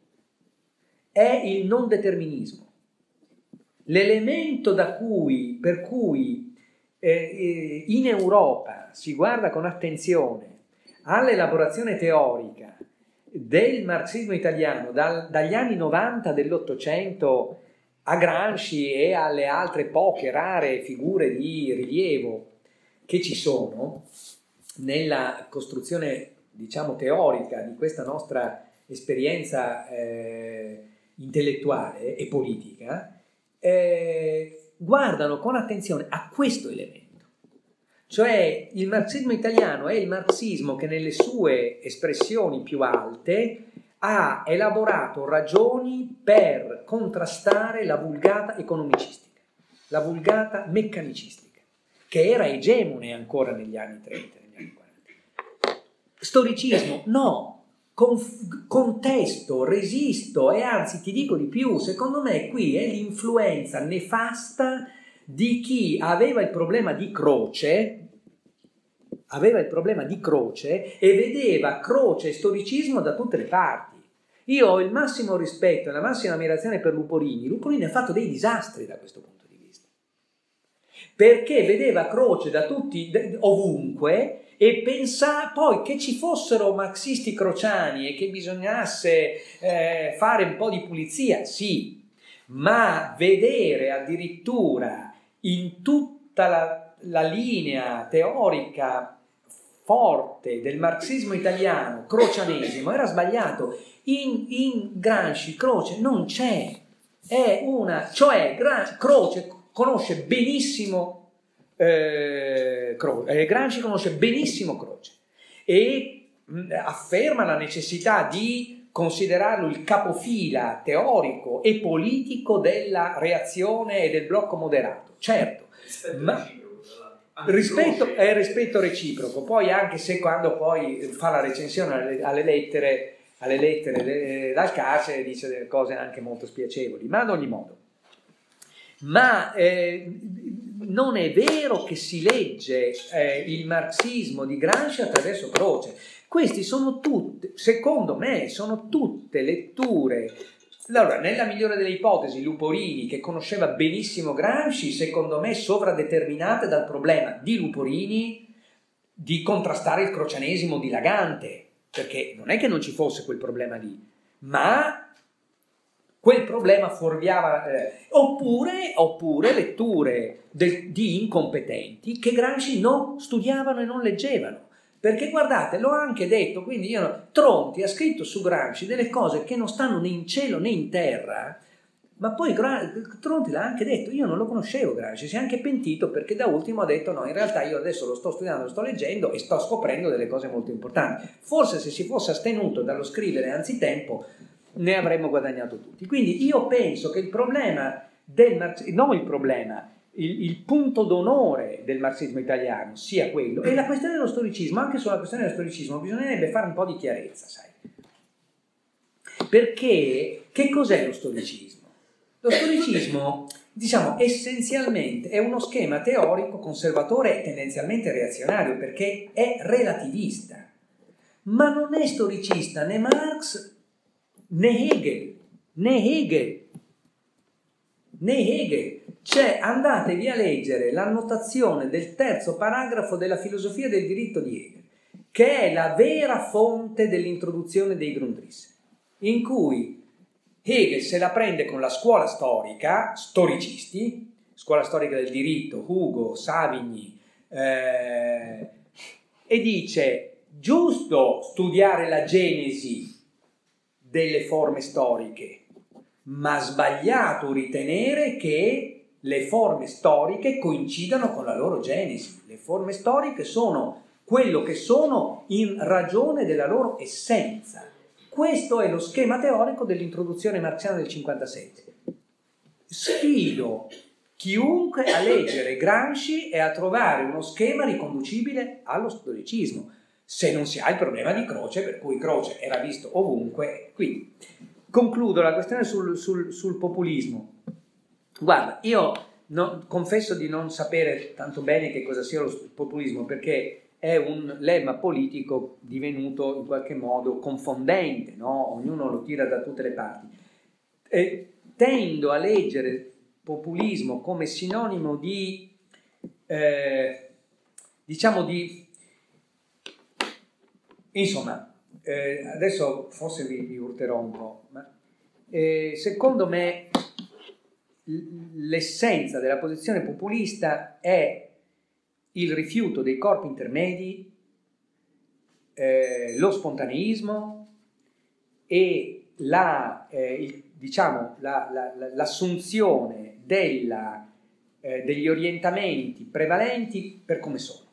è il non determinismo. L'elemento per cui in Europa si guarda con attenzione all'elaborazione teorica del marxismo italiano dagli anni 90 dell'Ottocento a Gramsci e alle altre poche rare figure di rilievo che ci sono nella costruzione, diciamo, teorica di questa nostra esperienza intellettuale e politica, guardano con attenzione a questo elemento. Cioè il marxismo italiano è il marxismo che nelle sue espressioni più alte ha elaborato ragioni per contrastare la vulgata economicistica, la vulgata meccanicistica, che era egemone ancora negli anni 30, negli anni 40. Storicismo, no, contesto, resisto, e anzi ti dico di più, secondo me qui è l'influenza nefasta di chi aveva il problema di Croce e vedeva Croce e storicismo da tutte le parti. Io ho il massimo rispetto e la massima ammirazione per Luporini. Luporini ha fatto dei disastri da questo punto di vista, perché vedeva Croce da tutti, ovunque, e pensava poi che ci fossero marxisti crociani e che bisognasse fare un po' di pulizia, sì, ma vedere addirittura in tutta la linea teorica forte del marxismo italiano crocianesimo era sbagliato. In Gramsci Croce non c'è, Croce conosce benissimo Gramsci conosce benissimo Croce e afferma la necessità di considerarlo il capofila teorico e politico della reazione e del blocco moderato, certo, ma È rispetto reciproco. Poi anche se quando poi fa la recensione alle lettere dal carcere dice delle cose anche molto spiacevoli, ma ad ogni modo. Ma non è vero che si legge il marxismo di Gramsci attraverso Croce. Questi sono tutte, secondo me, sono tutte letture. Allora, nella migliore delle ipotesi, Luporini, che conosceva benissimo Gramsci, secondo me sovradeterminate dal problema di Luporini di contrastare il crocianesimo dilagante, perché non è che non ci fosse quel problema lì, ma quel problema fuorviava, oppure letture di incompetenti che Gramsci non studiavano e non leggevano. Perché guardate, l'ho anche detto, quindi Tronti ha scritto su Gramsci delle cose che non stanno né in cielo né in terra, ma poi Tronti l'ha anche detto, io non lo conoscevo Gramsci, si è anche pentito perché da ultimo ha detto no, in realtà io adesso lo sto studiando, lo sto leggendo e sto scoprendo delle cose molto importanti. Forse se si fosse astenuto dallo scrivere anzitempo ne avremmo guadagnato tutti. Quindi io penso che il problema il punto d'onore del marxismo italiano sia quello, e la questione dello storicismo. Anche sulla questione dello storicismo bisognerebbe fare un po' di chiarezza, sai? Perché che cos'è lo storicismo? Lo storicismo, diciamo, essenzialmente è uno schema teorico conservatore e tendenzialmente reazionario, perché è relativista, ma non è storicista né Marx né Hegel. Cioè, andatevi a leggere l'annotazione del terzo paragrafo della filosofia del diritto di Hegel, che è la vera fonte dell'introduzione dei Grundrisse, in cui Hegel se la prende con la scuola storica, storicisti, scuola storica del diritto, Hugo, Savigny, e dice: giusto studiare la genesi delle forme storiche, ma sbagliato ritenere che le forme storiche coincidano con la loro genesi. Le forme storiche sono quello che sono in ragione della loro essenza. Questo è lo schema teorico dell'introduzione marxiana del 57. Sfido chiunque a leggere Gramsci e a trovare uno schema riconducibile allo storicismo, se non si ha il problema di Croce, per cui Croce era visto ovunque. Quindi concludo la questione sul populismo. Guarda, io confesso di non sapere tanto bene che cosa sia lo populismo, perché è un lemma politico divenuto in qualche modo confondente, no? Ognuno lo tira da tutte le parti. Tendo a leggere populismo come sinonimo di, insomma, adesso forse vi urterò un po', ma secondo me l'essenza della posizione populista è il rifiuto dei corpi intermedi, lo spontaneismo e l'assunzione degli orientamenti prevalenti per come sono.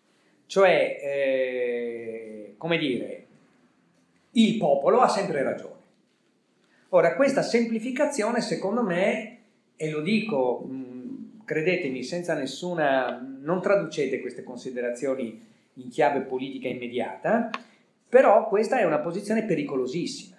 Cioè, come dire, il popolo ha sempre ragione. Ora, questa semplificazione, secondo me, e lo dico, credetemi, senza non traducete queste considerazioni in chiave politica immediata, però questa è una posizione pericolosissima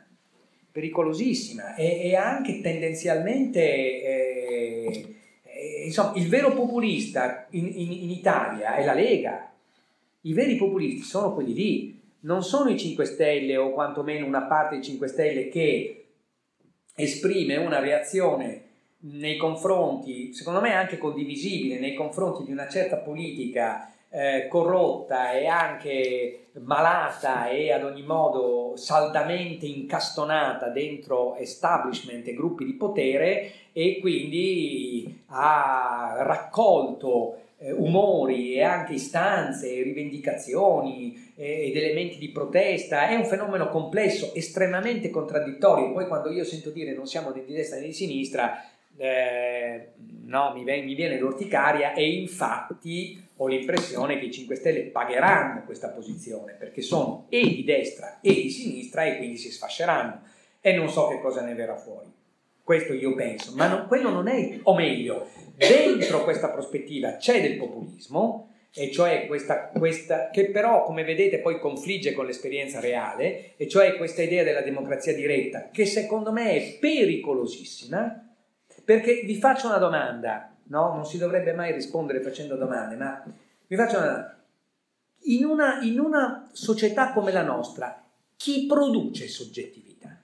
e anche tendenzialmente, insomma, il vero populista in Italia è la Lega. I veri populisti sono quelli lì, non sono i 5 Stelle o quantomeno una parte dei 5 Stelle che esprime una reazione nei confronti, secondo me anche condivisibile, nei confronti di una certa politica corrotta e anche malata e ad ogni modo saldamente incastonata dentro establishment e gruppi di potere, e quindi ha raccolto umori e anche istanze, rivendicazioni ed elementi di protesta. È un fenomeno complesso, estremamente contraddittorio. Poi quando io sento dire non siamo né di destra né di sinistra, no, mi viene l'orticaria, e infatti ho l'impressione che i 5 Stelle pagheranno questa posizione, perché sono e di destra e di sinistra, e quindi si sfasceranno e non so che cosa ne verrà fuori. Questo io penso, ma quello non è, o meglio, dentro questa prospettiva c'è del populismo, e cioè questa che però, come vedete, poi confligge con l'esperienza reale, e cioè questa idea della democrazia diretta, che secondo me è pericolosissima, perché vi faccio una domanda, no? Non si dovrebbe mai rispondere facendo domande, ma vi faccio una domanda. In una società come la nostra, chi produce soggettività?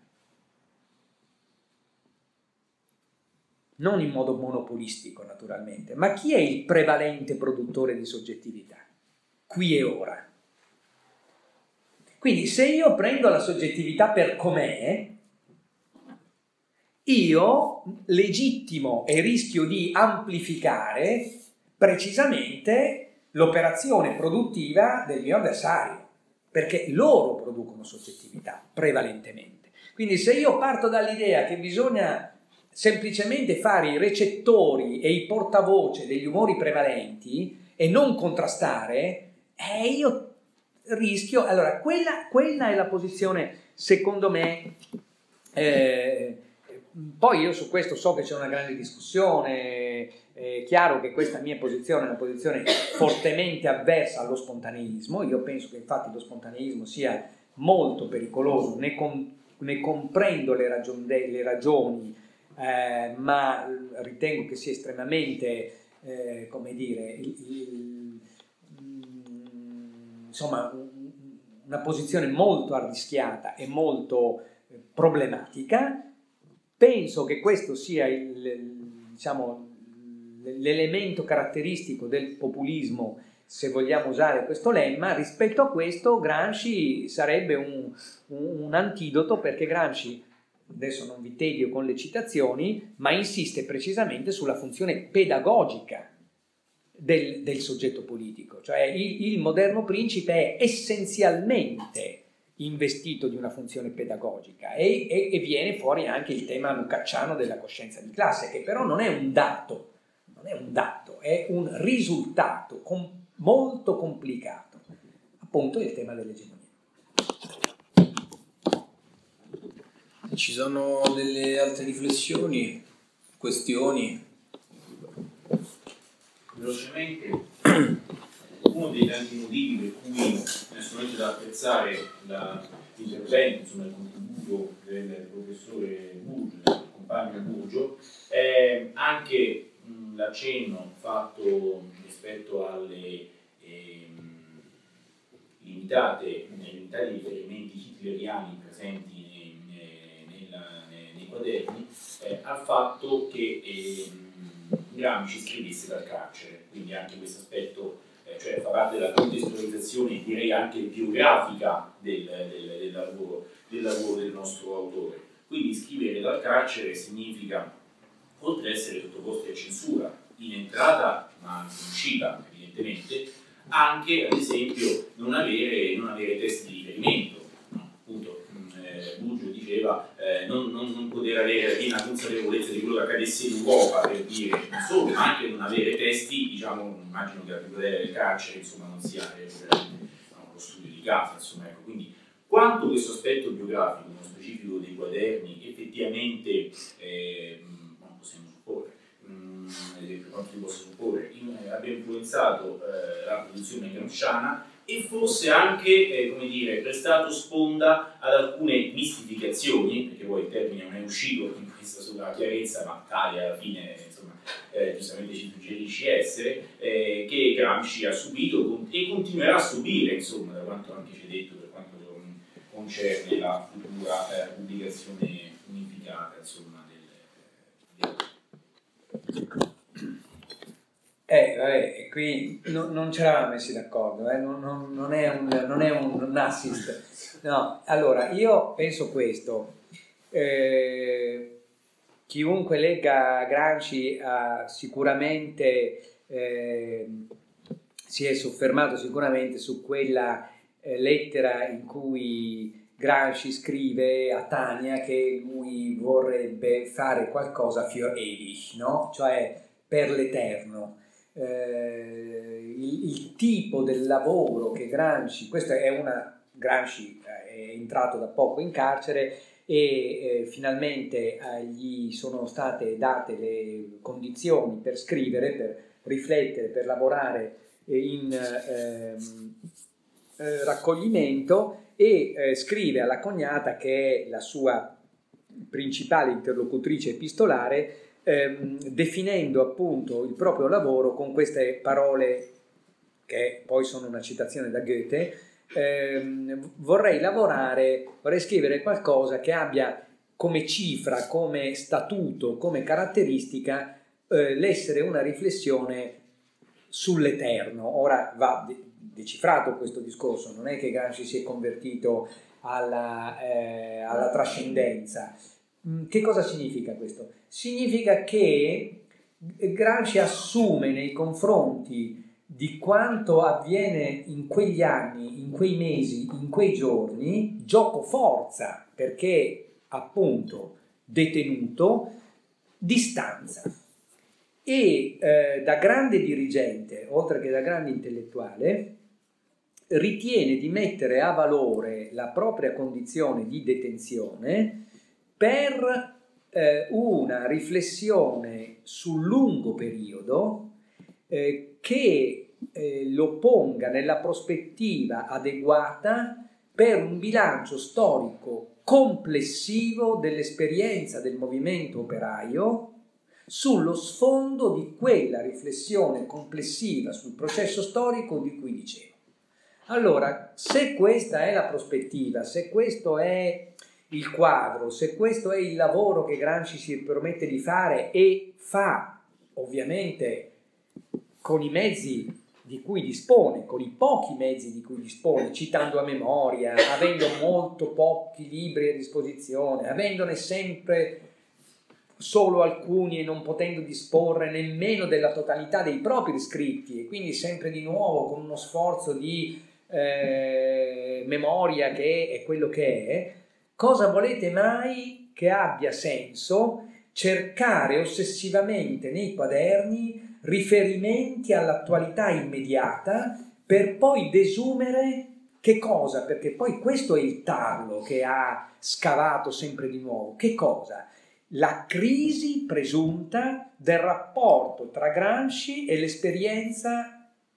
Non in modo monopolistico, naturalmente, ma chi è il prevalente produttore di soggettività? Qui e ora. Quindi se io prendo la soggettività per com'è, io legittimo e rischio di amplificare precisamente l'operazione produttiva del mio avversario, perché loro producono soggettività prevalentemente. Quindi se io parto dall'idea che bisogna semplicemente fare i recettori e i portavoce degli umori prevalenti e non contrastare, io rischio. Allora, quella è la posizione, secondo me. Poi io su questo so che c'è una grande discussione, è chiaro che questa mia posizione è una posizione fortemente avversa allo spontaneismo. Io penso che infatti lo spontaneismo sia molto pericoloso, ne comprendo le ragioni, ma ritengo che sia estremamente, come dire, insomma, una posizione molto arrischiata e molto problematica. Penso che questo sia l'elemento caratteristico del populismo, se vogliamo usare questo lemma. Rispetto a questo Gramsci sarebbe un antidoto, perché Gramsci, adesso non vi tedio con le citazioni, ma insiste precisamente sulla funzione pedagogica del soggetto politico, cioè il moderno principe è essenzialmente investito di una funzione pedagogica, e viene fuori anche il tema lucacciano della coscienza di classe, che però non è un dato, è un risultato molto complicato, appunto il tema dell'egemonia. Ci sono delle altre riflessioni, questioni? Velocemente, uno dei tanti motivi per cui assolutamente da apprezzare l'intervento, insomma, il contributo del professore Burgio, del compagno Burgio, è anche l'accenno fatto rispetto alle limitati riferimenti hitleriani presenti nei quaderni, al fatto che Gramsci scrivesse dal carcere, quindi anche questo aspetto, cioè fa parte della contestualizzazione, direi anche biografica del lavoro del nostro autore. Quindi scrivere dal carcere significa, oltre ad essere sottoposti a censura in entrata ma anche in uscita, evidentemente, anche ad esempio non avere testi di riferimento. Appunto, Burgio diceva non poter avere la piena consapevolezza di quello che accadesse in Europa, per dire, non solo, ma anche non avere testi, diciamo, immagino che la biblioteca del carcere, insomma, non sia lo studio di casa, insomma, ecco. Quindi quanto questo aspetto biografico, nello specifico dei quaderni, effettivamente non possiamo supporre, quanto si possa supporre, abbia influenzato la produzione gramsciana, e forse anche, come dire, prestato sponda ad alcune mistificazioni, perché poi il termine non è uscito in questa sola chiarezza, ma tale alla fine, insomma, giustamente ci suggerisce essere, che Gramsci ha subito e continuerà a subire, insomma, da quanto anche ci è detto, per quanto concerne la futura pubblicazione unificata, insomma, qui non ci eravamo messi d'accordo, non è un assist. No, allora, io penso questo. Chiunque legga Gramsci sicuramente si è soffermato sicuramente su quella lettera in cui Gramsci scrive a Tania che lui vorrebbe fare qualcosa für ewig, no? Cioè per l'eterno. Il tipo del lavoro che Gramsci è entrato da poco in carcere e finalmente gli sono state date le condizioni per scrivere, per riflettere, per lavorare in raccoglimento e scrive alla cognata, che è la sua principale interlocutrice epistolare, definendo appunto il proprio lavoro con queste parole che poi sono una citazione da Goethe. Vorrei scrivere qualcosa che abbia come cifra, come statuto, come caratteristica l'essere una riflessione sull'eterno. Ora va decifrato questo discorso, non è che Gramsci si è convertito alla trascendenza. Che cosa significa questo? Significa che Gramsci assume nei confronti di quanto avviene in quegli anni, in quei mesi, in quei giorni, gioco forza, perché appunto detenuto, distanza. E da grande dirigente, oltre che da grande intellettuale, ritiene di mettere a valore la propria condizione di detenzione per una riflessione sul lungo periodo che lo ponga nella prospettiva adeguata per un bilancio storico complessivo dell'esperienza del movimento operaio sullo sfondo di quella riflessione complessiva sul processo storico di cui dicevo. Allora, se questa è la prospettiva, se questo è il quadro, se questo è il lavoro che Gramsci si permette di fare e fa, ovviamente, con i mezzi di cui dispone, con i pochi mezzi di cui dispone, citando a memoria, avendo molto pochi libri a disposizione, avendone sempre solo alcuni e non potendo disporre nemmeno della totalità dei propri scritti, e quindi sempre di nuovo con uno sforzo di memoria che è quello che è, cosa volete mai che abbia senso cercare ossessivamente nei quaderni riferimenti all'attualità immediata per poi desumere che cosa? Perché poi questo è il tarlo che ha scavato sempre di nuovo. Che cosa? La crisi presunta del rapporto tra Gramsci e l'esperienza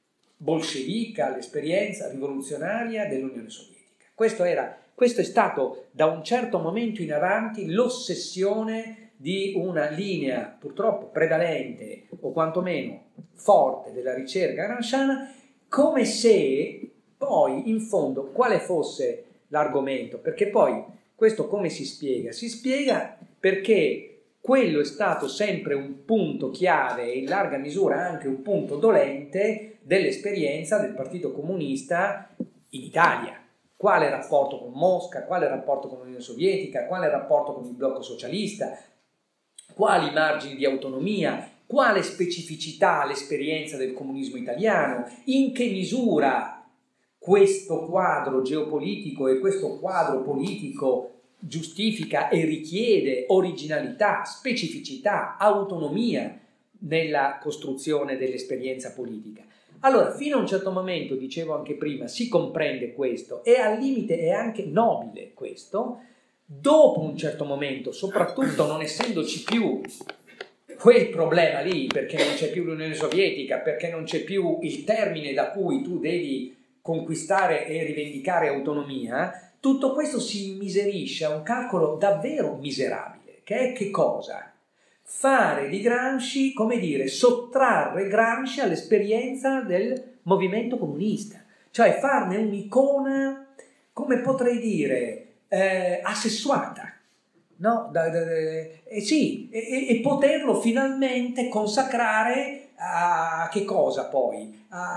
bolscevica, l'esperienza rivoluzionaria dell'Unione Sovietica. Questo è stato da un certo momento in avanti l'ossessione di una linea purtroppo prevalente o quantomeno forte della ricerca gramsciana, come se poi in fondo quale fosse l'argomento, perché poi questo come si spiega? Si spiega perché quello è stato sempre un punto chiave e in larga misura anche un punto dolente dell'esperienza del Partito Comunista in Italia. Quale rapporto con Mosca, quale rapporto con l'Unione Sovietica, quale rapporto con il blocco socialista, quali margini di autonomia, quale specificità l'esperienza del comunismo italiano, in che misura questo quadro geopolitico e questo quadro politico giustifica e richiede originalità, specificità, autonomia nella costruzione dell'esperienza politica. Allora, fino a un certo momento, dicevo anche prima, si comprende questo e al limite è anche nobile questo. Dopo un certo momento, soprattutto non essendoci più quel problema lì, perché non c'è più l'Unione Sovietica, perché non c'è più il termine da cui tu devi conquistare e rivendicare autonomia, tutto questo si immiserisce a un calcolo davvero miserabile, che è che cosa? Fare di Gramsci, come dire, sottrarre Gramsci all'esperienza del movimento comunista, cioè farne un'icona, come potrei dire, assessuata, no? Sì, e poterlo finalmente consacrare a che cosa poi?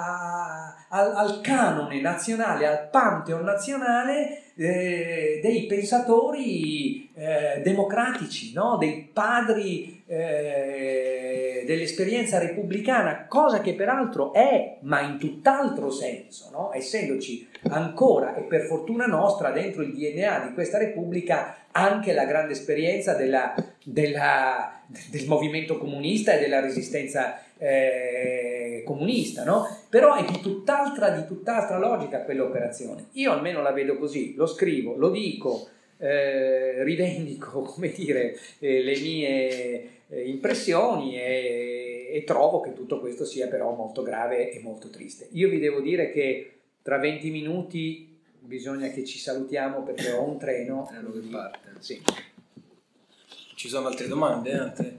Al canone nazionale, al pantheon nazionale dei pensatori democratici, no? Dei padri dell'esperienza repubblicana, cosa che peraltro è, ma in tutt'altro senso, no? Essendoci ancora, e per fortuna nostra, dentro il DNA di questa Repubblica anche la grande esperienza del movimento comunista e della resistenza comunista, no? Però è di tutt'altra logica quell'operazione. Io almeno la vedo così, lo scrivo, lo dico, rivendico, come dire, le mie impressioni e trovo che tutto questo sia però molto grave e molto triste. Io vi devo dire che tra 20 minuti bisogna che ci salutiamo perché ho un treno Che parte. Sì. Ci sono altre domande? Altre?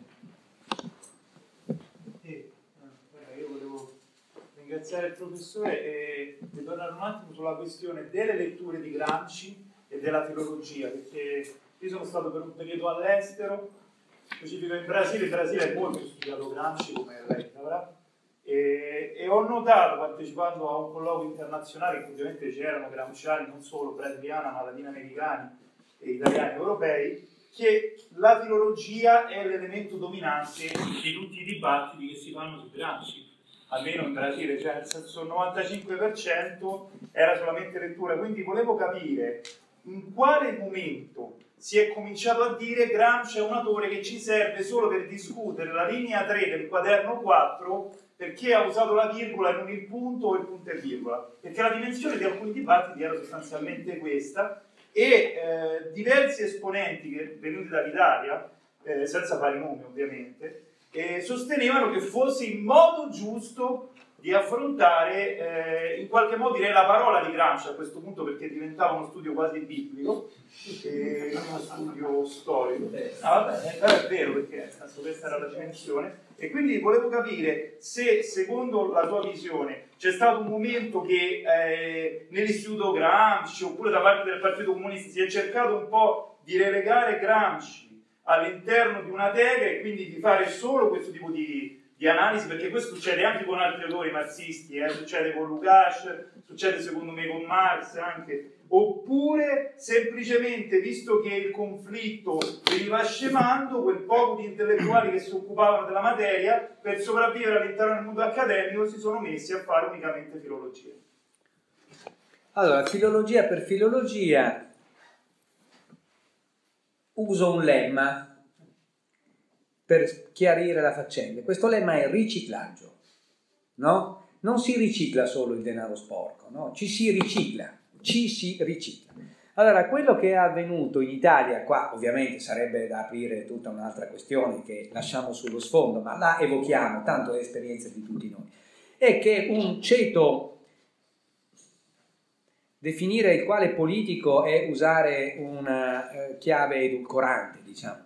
Io volevo ringraziare il professore e ritornare un attimo sulla questione delle letture di Gramsci e della filologia, perché io sono stato per un periodo all'estero, specifico in Brasile è molto studiato Gramsci, come lei saprà, e ho notato, partecipando a un colloquio internazionale, che ovviamente c'erano gramsciani non solo brasiliani ma latinoamericani e italiani e europei, che la filologia è l'elemento dominante di tutti i dibattiti che si fanno su Gramsci, almeno in Brasile, cioè nel senso il 95% era solamente lettura. Quindi volevo capire in quale momento si è cominciato a dire Gramsci è un autore che ci serve solo per discutere la linea 3 del quaderno 4 perché ha usato la virgola e non il punto o il punto e virgola, perché la dimensione di alcuni dibattiti era sostanzialmente questa, e diversi esponenti che venuti dall'Italia, senza fare nomi ovviamente, sostenevano che fosse il modo giusto di affrontare, in qualche modo direi la parola di Gramsci a questo punto, perché diventava uno studio quasi biblico, uno studio storico. Vabbè, è vero, perché questa era la dimensione, e quindi volevo capire se secondo la tua visione c'è stato un momento che nell'istituto Gramsci oppure da parte del Partito Comunista si è cercato un po' di relegare Gramsci all'interno di una teca e quindi di fare solo questo tipo di analisi, perché questo succede anche con altri autori marxisti, succede con Lukács, succede secondo me con Marx anche, oppure semplicemente, visto che il conflitto veniva scemando, quel poco di intellettuali che si occupavano della materia, per sopravvivere all'interno del mondo accademico, si sono messi a fare unicamente filologia. Allora, filologia per filologia, uso un lemma per chiarire la faccenda. Questo lemma è riciclaggio, no? Non si ricicla solo il denaro sporco, no? Ci si ricicla. Allora, quello che è avvenuto in Italia, qua ovviamente sarebbe da aprire tutta un'altra questione che lasciamo sullo sfondo, ma la evochiamo, tanto è esperienza di tutti noi, è che un ceto, definire il quale politico è usare una chiave edulcorante, diciamo,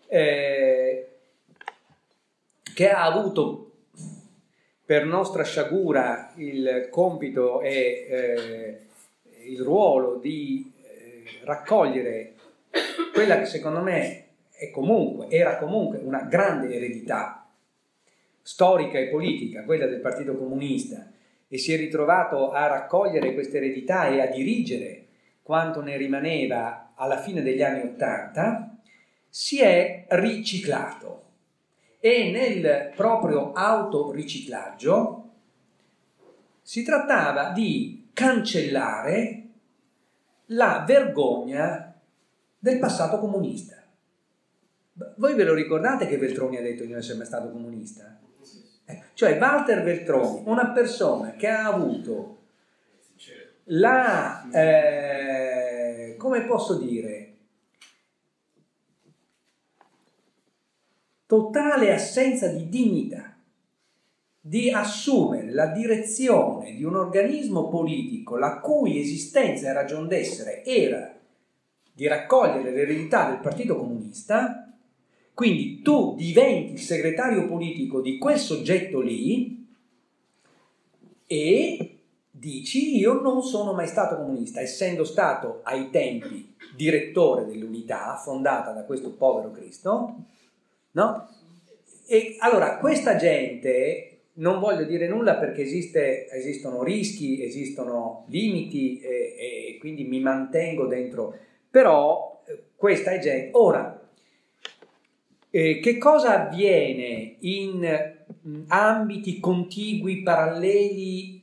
che ha avuto per nostra sciagura il compito e il ruolo di raccogliere quella che secondo me era comunque una grande eredità storica e politica, quella del Partito Comunista, e si è ritrovato a raccogliere questa eredità e a dirigere quanto ne rimaneva alla fine degli anni '80, si è riciclato. E nel proprio autoriciclaggio si trattava di cancellare la vergogna del passato comunista. Voi ve lo ricordate che Veltroni ha detto di non essere mai stato comunista? Cioè Walter Veltroni, una persona che ha avuto la, come posso dire, totale assenza di dignità, di assumere la direzione di un organismo politico la cui esistenza e ragion d'essere era di raccogliere l'eredità del Partito Comunista. Quindi tu diventi il segretario politico di quel soggetto lì e dici io non sono mai stato comunista, essendo stato ai tempi direttore dell'Unità fondata da questo povero Cristo, no? E allora questa gente, non voglio dire nulla perché esistono rischi, esistono limiti e quindi mi mantengo dentro, però questa è gente. Ora, che cosa avviene in ambiti contigui, paralleli,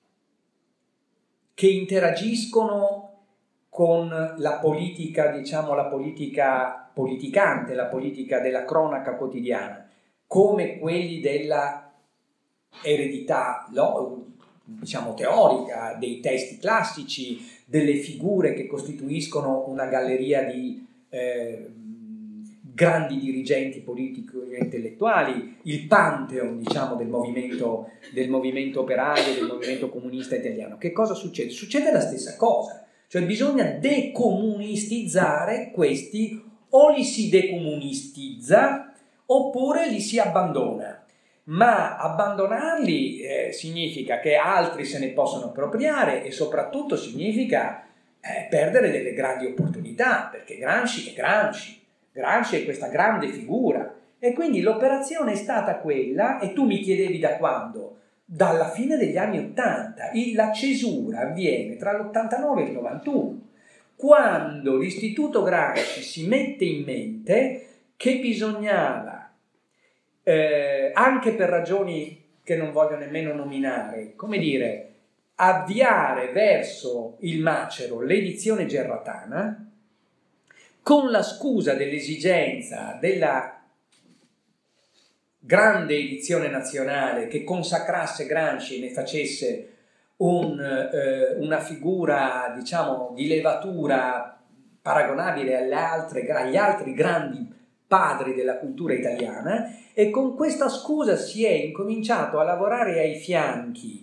che interagiscono con la politica, diciamo la politica politicante, la politica della cronaca quotidiana, come quelli della eredità, no? Diciamo teorica, dei testi classici, delle figure che costituiscono una galleria di grandi dirigenti politici e intellettuali, il pantheon, diciamo, del movimento operaio, del movimento comunista italiano. Che cosa succede? Succede la stessa cosa, cioè bisogna decomunistizzare questi, o li si decomunistizza oppure li si abbandona. Ma abbandonarli significa che altri se ne possono appropriare e soprattutto significa perdere delle grandi opportunità, perché Gramsci è questa grande figura, e quindi l'operazione è stata quella, e tu mi chiedevi da quando? Dalla fine degli anni '80, la cesura avviene tra l'89 e il 91, quando l'Istituto Gramsci si mette in mente che bisognava, anche per ragioni che non voglio nemmeno nominare, come dire, avviare verso il macero l'edizione gerratana, con la scusa dell'esigenza della grande edizione nazionale che consacrasse Gramsci e ne facesse una figura, diciamo, di levatura paragonabile agli altri grandi padri della cultura italiana, e con questa scusa si è incominciato a lavorare ai fianchi,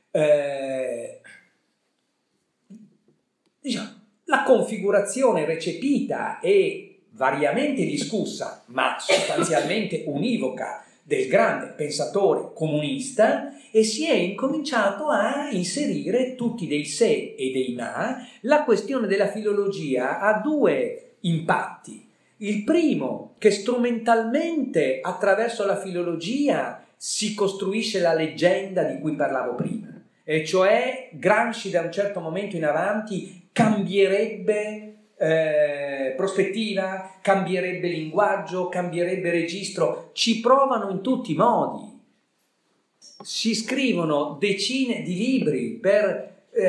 diciamo, la configurazione recepita e variamente discussa, ma sostanzialmente univoca, del grande pensatore comunista, e si è incominciato a inserire tutti dei se e dei ma. La questione della filologia ha due impatti. Il primo, che strumentalmente attraverso la filologia si costruisce la leggenda di cui parlavo prima, e cioè Gramsci da un certo momento in avanti cambierebbe prospettiva, cambierebbe linguaggio, cambierebbe registro. Ci provano in tutti i modi, si scrivono decine di libri per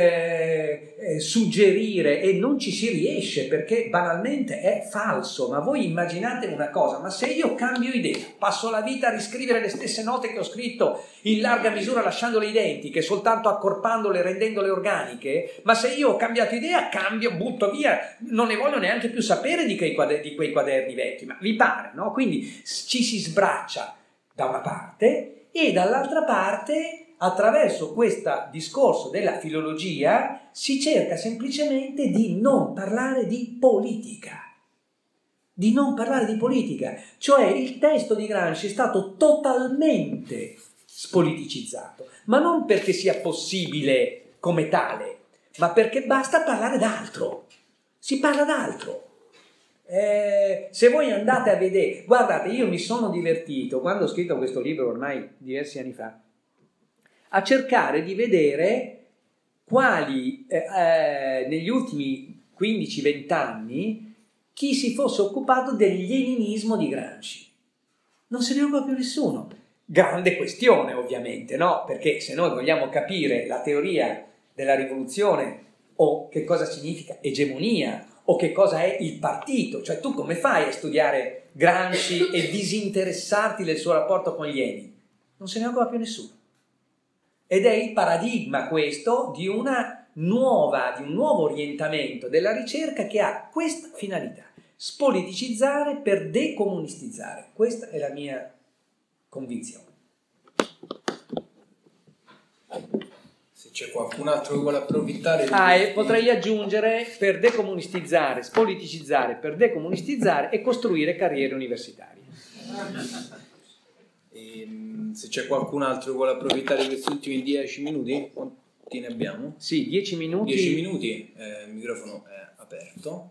suggerire e non ci si riesce, perché banalmente è falso. Ma voi immaginate una cosa: ma se io cambio idea, passo la vita a riscrivere le stesse note che ho scritto in larga misura lasciandole identiche, soltanto accorpandole, rendendole organiche, ma se io ho cambiato idea, cambio, butto via, non ne voglio neanche più sapere di quei quaderni vecchi. Ma vi pare, no? Quindi ci si sbraccia da una parte, e dall'altra parte, attraverso questo discorso della filologia, si cerca semplicemente di non parlare di politica. Di non parlare di politica. Cioè il testo di Gramsci è stato totalmente spoliticizzato, ma non perché sia possibile come tale, ma perché basta parlare d'altro. Si parla d'altro. Se voi andate a vedere, guardate, io mi sono divertito quando ho scritto questo libro ormai diversi anni fa, a cercare di vedere quali negli ultimi 15-20 anni chi si fosse occupato del leninismo di Gramsci. Non se ne occupa più nessuno. Grande questione, ovviamente, no? Perché se noi vogliamo capire la teoria della rivoluzione, o che cosa significa egemonia, o che cosa è il partito, cioè tu come fai a studiare Gramsci e disinteressarti del suo rapporto con Lenin? Non se ne occupa più nessuno. Ed è il paradigma questo di un nuovo orientamento della ricerca che ha questa finalità: spoliticizzare per decomunistizzare. Questa è la mia convinzione. Se c'è qualcun altro che vuole approfittare e potrei aggiungere: per decomunistizzare, spoliticizzare per decomunistizzare e costruire carriere universitarie. Se c'è qualcun altro che vuole approfittare di questi ultimi 10 minuti, quanti ne abbiamo? Sì, 10 minuti. 10 minuti, il microfono è aperto.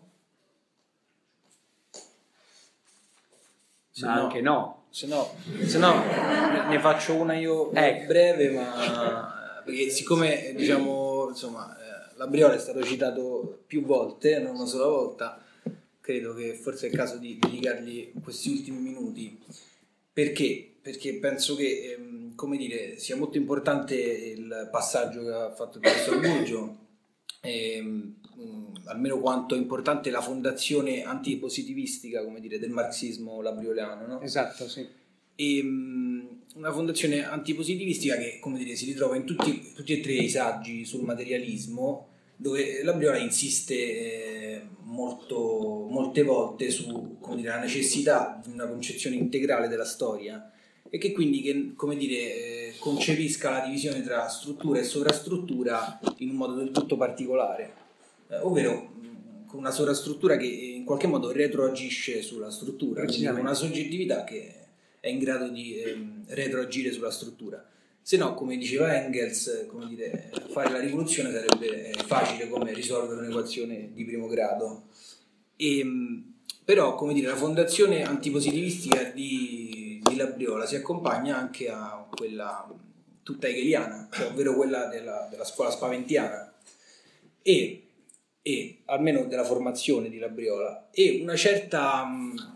Ma anche no. Se no ne faccio una io breve, ma perché siccome, diciamo, insomma, Labriola è stato citato più volte, non una sola volta, credo che forse è il caso di dedicargli questi ultimi minuti. Perché? Perché penso che, come dire, sia molto importante il passaggio che ha fatto il professor Burgio, almeno quanto è importante la fondazione antipositivistica, come dire, del marxismo labrioliano, no? Esatto, sì. E una fondazione antipositivistica che, come dire, si ritrova in tutti e tre i saggi sul materialismo, dove Labriola insiste molte volte su, come dire, la necessità di una concezione integrale della storia, e che quindi concepisca la divisione tra struttura e sovrastruttura in un modo del tutto particolare, ovvero con una sovrastruttura che in qualche modo retroagisce sulla struttura, quindi una soggettività che è in grado di retroagire sulla struttura. Se no, come diceva Engels, fare la rivoluzione sarebbe facile come risolvere un'equazione di primo grado. Però, la fondazione antipositivistica di Labriola si accompagna anche a quella tutta hegeliana, cioè, ovvero quella della scuola spaventiana, e almeno della formazione di Labriola, e una certa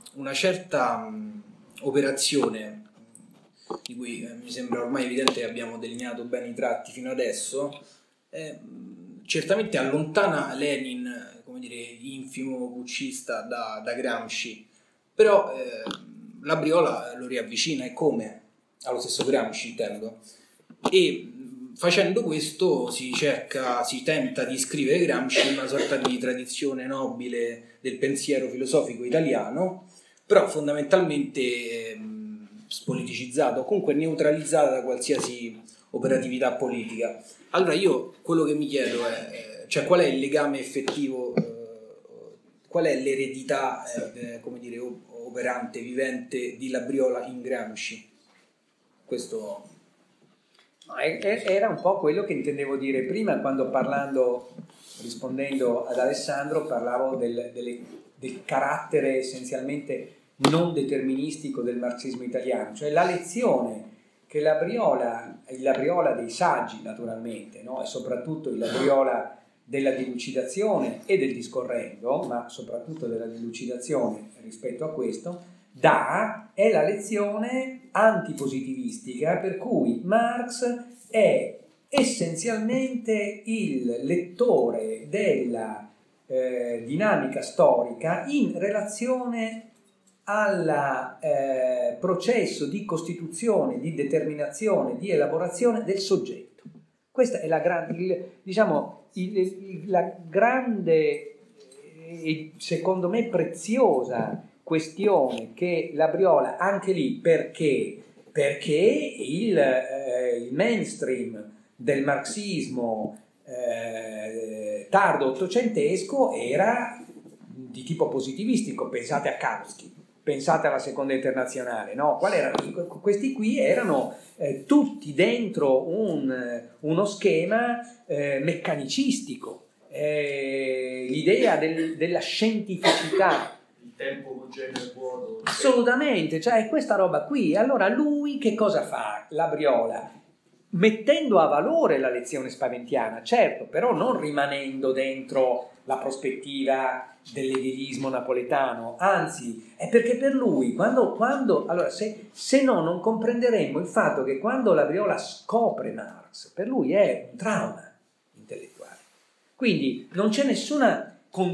operazione di cui mi sembra ormai evidente che abbiamo delineato bene i tratti fino adesso, certamente allontana Lenin, infimo puccista, da Gramsci, però Labriola lo riavvicina, e come? Allo stesso Gramsci, intendo, e facendo questo si tenta di scrivere Gramsci in una sorta di tradizione nobile del pensiero filosofico italiano, però fondamentalmente spoliticizzato, comunque neutralizzata da qualsiasi operatività politica. Allora io quello che mi chiedo è, qual è il legame effettivo, qual è l'eredità operante, vivente di Labriola in Gramsci? Questo era un po' quello che intendevo dire prima, quando rispondendo ad Alessandro, parlavo del carattere essenzialmente non deterministico del marxismo italiano, cioè la lezione che il Labriola dei saggi, naturalmente, no? E soprattutto il Labriola della dilucidazione e del discorrendo, ma soprattutto della dilucidazione rispetto a questo, è la lezione antipositivistica, per cui Marx è essenzialmente il lettore della dinamica storica in relazione al processo di costituzione, di determinazione, di elaborazione del soggetto. Questa è la grande e secondo me preziosa questione che Labriola, anche lì perché il mainstream del marxismo tardo ottocentesco era di tipo positivistico. Pensate a Kautsky, pensate alla Seconda Internazionale, no? Questi qui erano tutti dentro uno schema meccanicistico, l'idea della scientificità. Il tempo omogeneo e vuoto. Assolutamente, cioè questa roba qui. Allora lui che cosa fa, Labriola? Mettendo a valore la lezione spaventiana, certo, però non rimanendo dentro la prospettiva dell'evilismo napoletano, anzi, è perché per lui, allora se no non comprenderemmo il fatto che quando Labriola scopre Marx, per lui è un trauma intellettuale. Quindi non c'è nessuna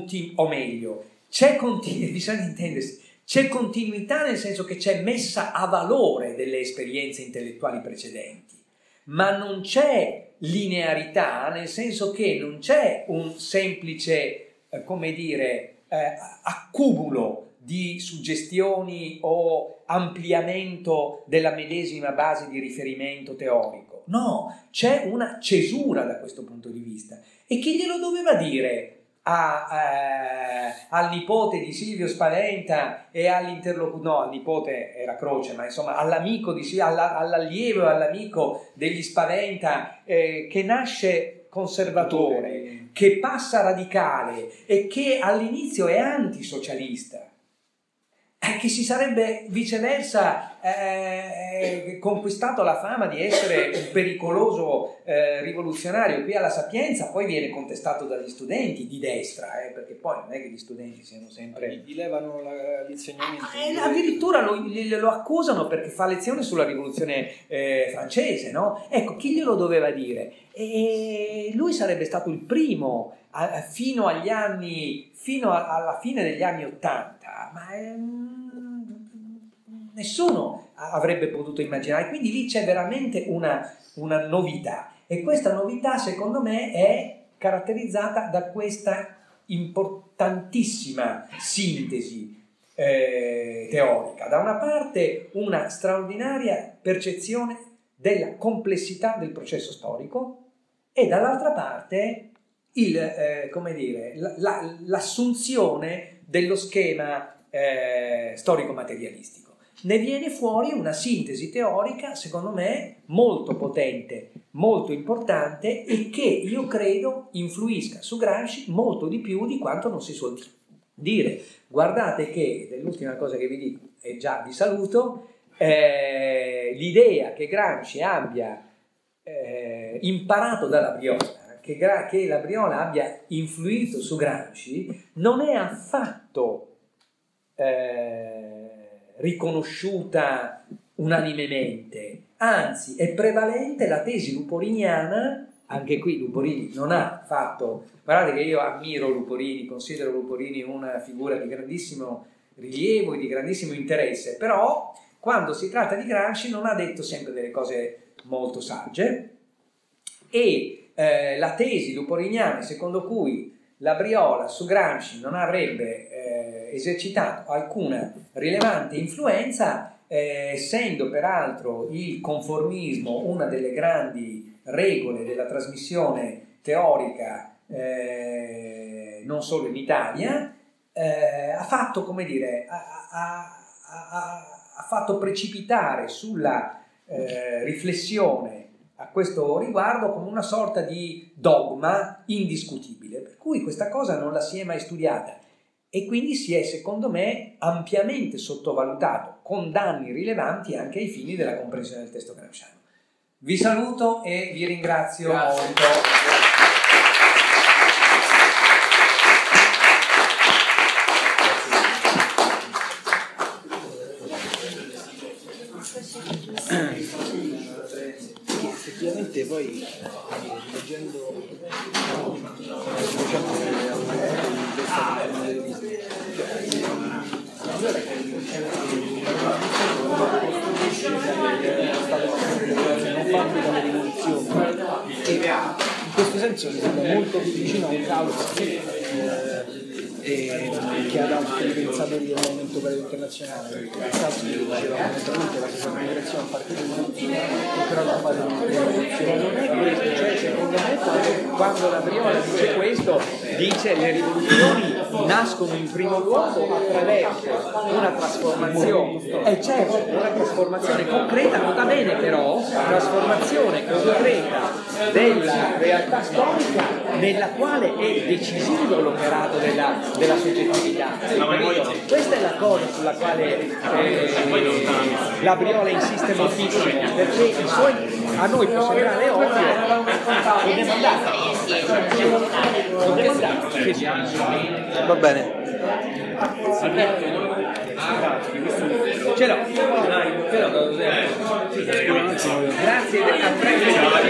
bisogna intendersi, c'è continuità, nel senso che c'è messa a valore delle esperienze intellettuali precedenti, ma non c'è linearità, nel senso che non c'è un semplice, accumulo di suggestioni o ampliamento della medesima base di riferimento teorico. No, c'è una cesura da questo punto di vista. E chi glielo doveva dire al nipote di Silvio Spaventa e al nipote era Croce, ma insomma all'amico all'allievo e all'amico degli Spaventa, che nasce conservatore, che passa radicale e che all'inizio è antisocialista, che si sarebbe viceversa conquistato la fama di essere un pericoloso rivoluzionario qui alla Sapienza, poi viene contestato dagli studenti di destra, perché poi non è che gli studenti siano sempre... Gli levano l'insegnamento. Addirittura lo accusano perché fa lezione sulla rivoluzione francese, no? Ecco, chi glielo doveva dire? E lui sarebbe stato il primo fino alla fine degli anni '80, ma nessuno avrebbe potuto immaginare. Quindi lì c'è veramente una novità, e questa novità secondo me è caratterizzata da questa importantissima sintesi teorica. Da una parte una straordinaria percezione della complessità del processo storico e dall'altra parte l'assunzione dello schema storico-materialistico. Ne viene fuori una sintesi teorica, secondo me, molto potente, molto importante e che io credo influisca su Gramsci molto di più di quanto non si suol dire. Guardate che, ed è l'ultima cosa che vi dico e già vi saluto, l'idea che Gramsci abbia imparato dalla Briola, che la Briola abbia influito su Gramsci, non è affatto riconosciuta unanimemente, anzi è prevalente la tesi luporiniana. Anche qui Luporini non ha fatto, guardate che io ammiro Luporini, considero Luporini una figura di grandissimo rilievo e di grandissimo interesse, però quando si tratta di Gramsci non ha detto sempre delle cose molto sagge e la tesi luporiniana secondo cui la Briola su Gramsci non avrebbe esercitato alcuna rilevante influenza, essendo peraltro il conformismo una delle grandi regole della trasmissione teorica non solo in Italia, ha fatto, come dire, ha fatto precipitare sulla riflessione a questo riguardo come una sorta di dogma indiscutibile, per cui questa cosa non la si è mai studiata e quindi si è, secondo me, ampiamente sottovalutato, con danni rilevanti anche ai fini della comprensione del testo gramsciano. Vi saluto e vi ringrazio molto. Effettivamente poi leggendo in questo senso mi sembra molto più vicino a un caos che ad altri pensatori del movimento operaio internazionale. Il caos che diceva fondamentalmente la società migrazione a partire da però la fase di rivoluzione. Non è questo, cioè secondo me quando la Briola dice questo, dice le rivoluzioni nascono in primo luogo attraverso una trasformazione, certo, una trasformazione concreta, nota bene però, trasformazione concreta della realtà storica nella quale è decisivo l'operato della soggettività. Questa è la cosa sulla quale la Briola insiste moltissimo, perché a noi può sembrare ovvio, dobbiamo andare. Va bene. Ce l'ho. Grazie, a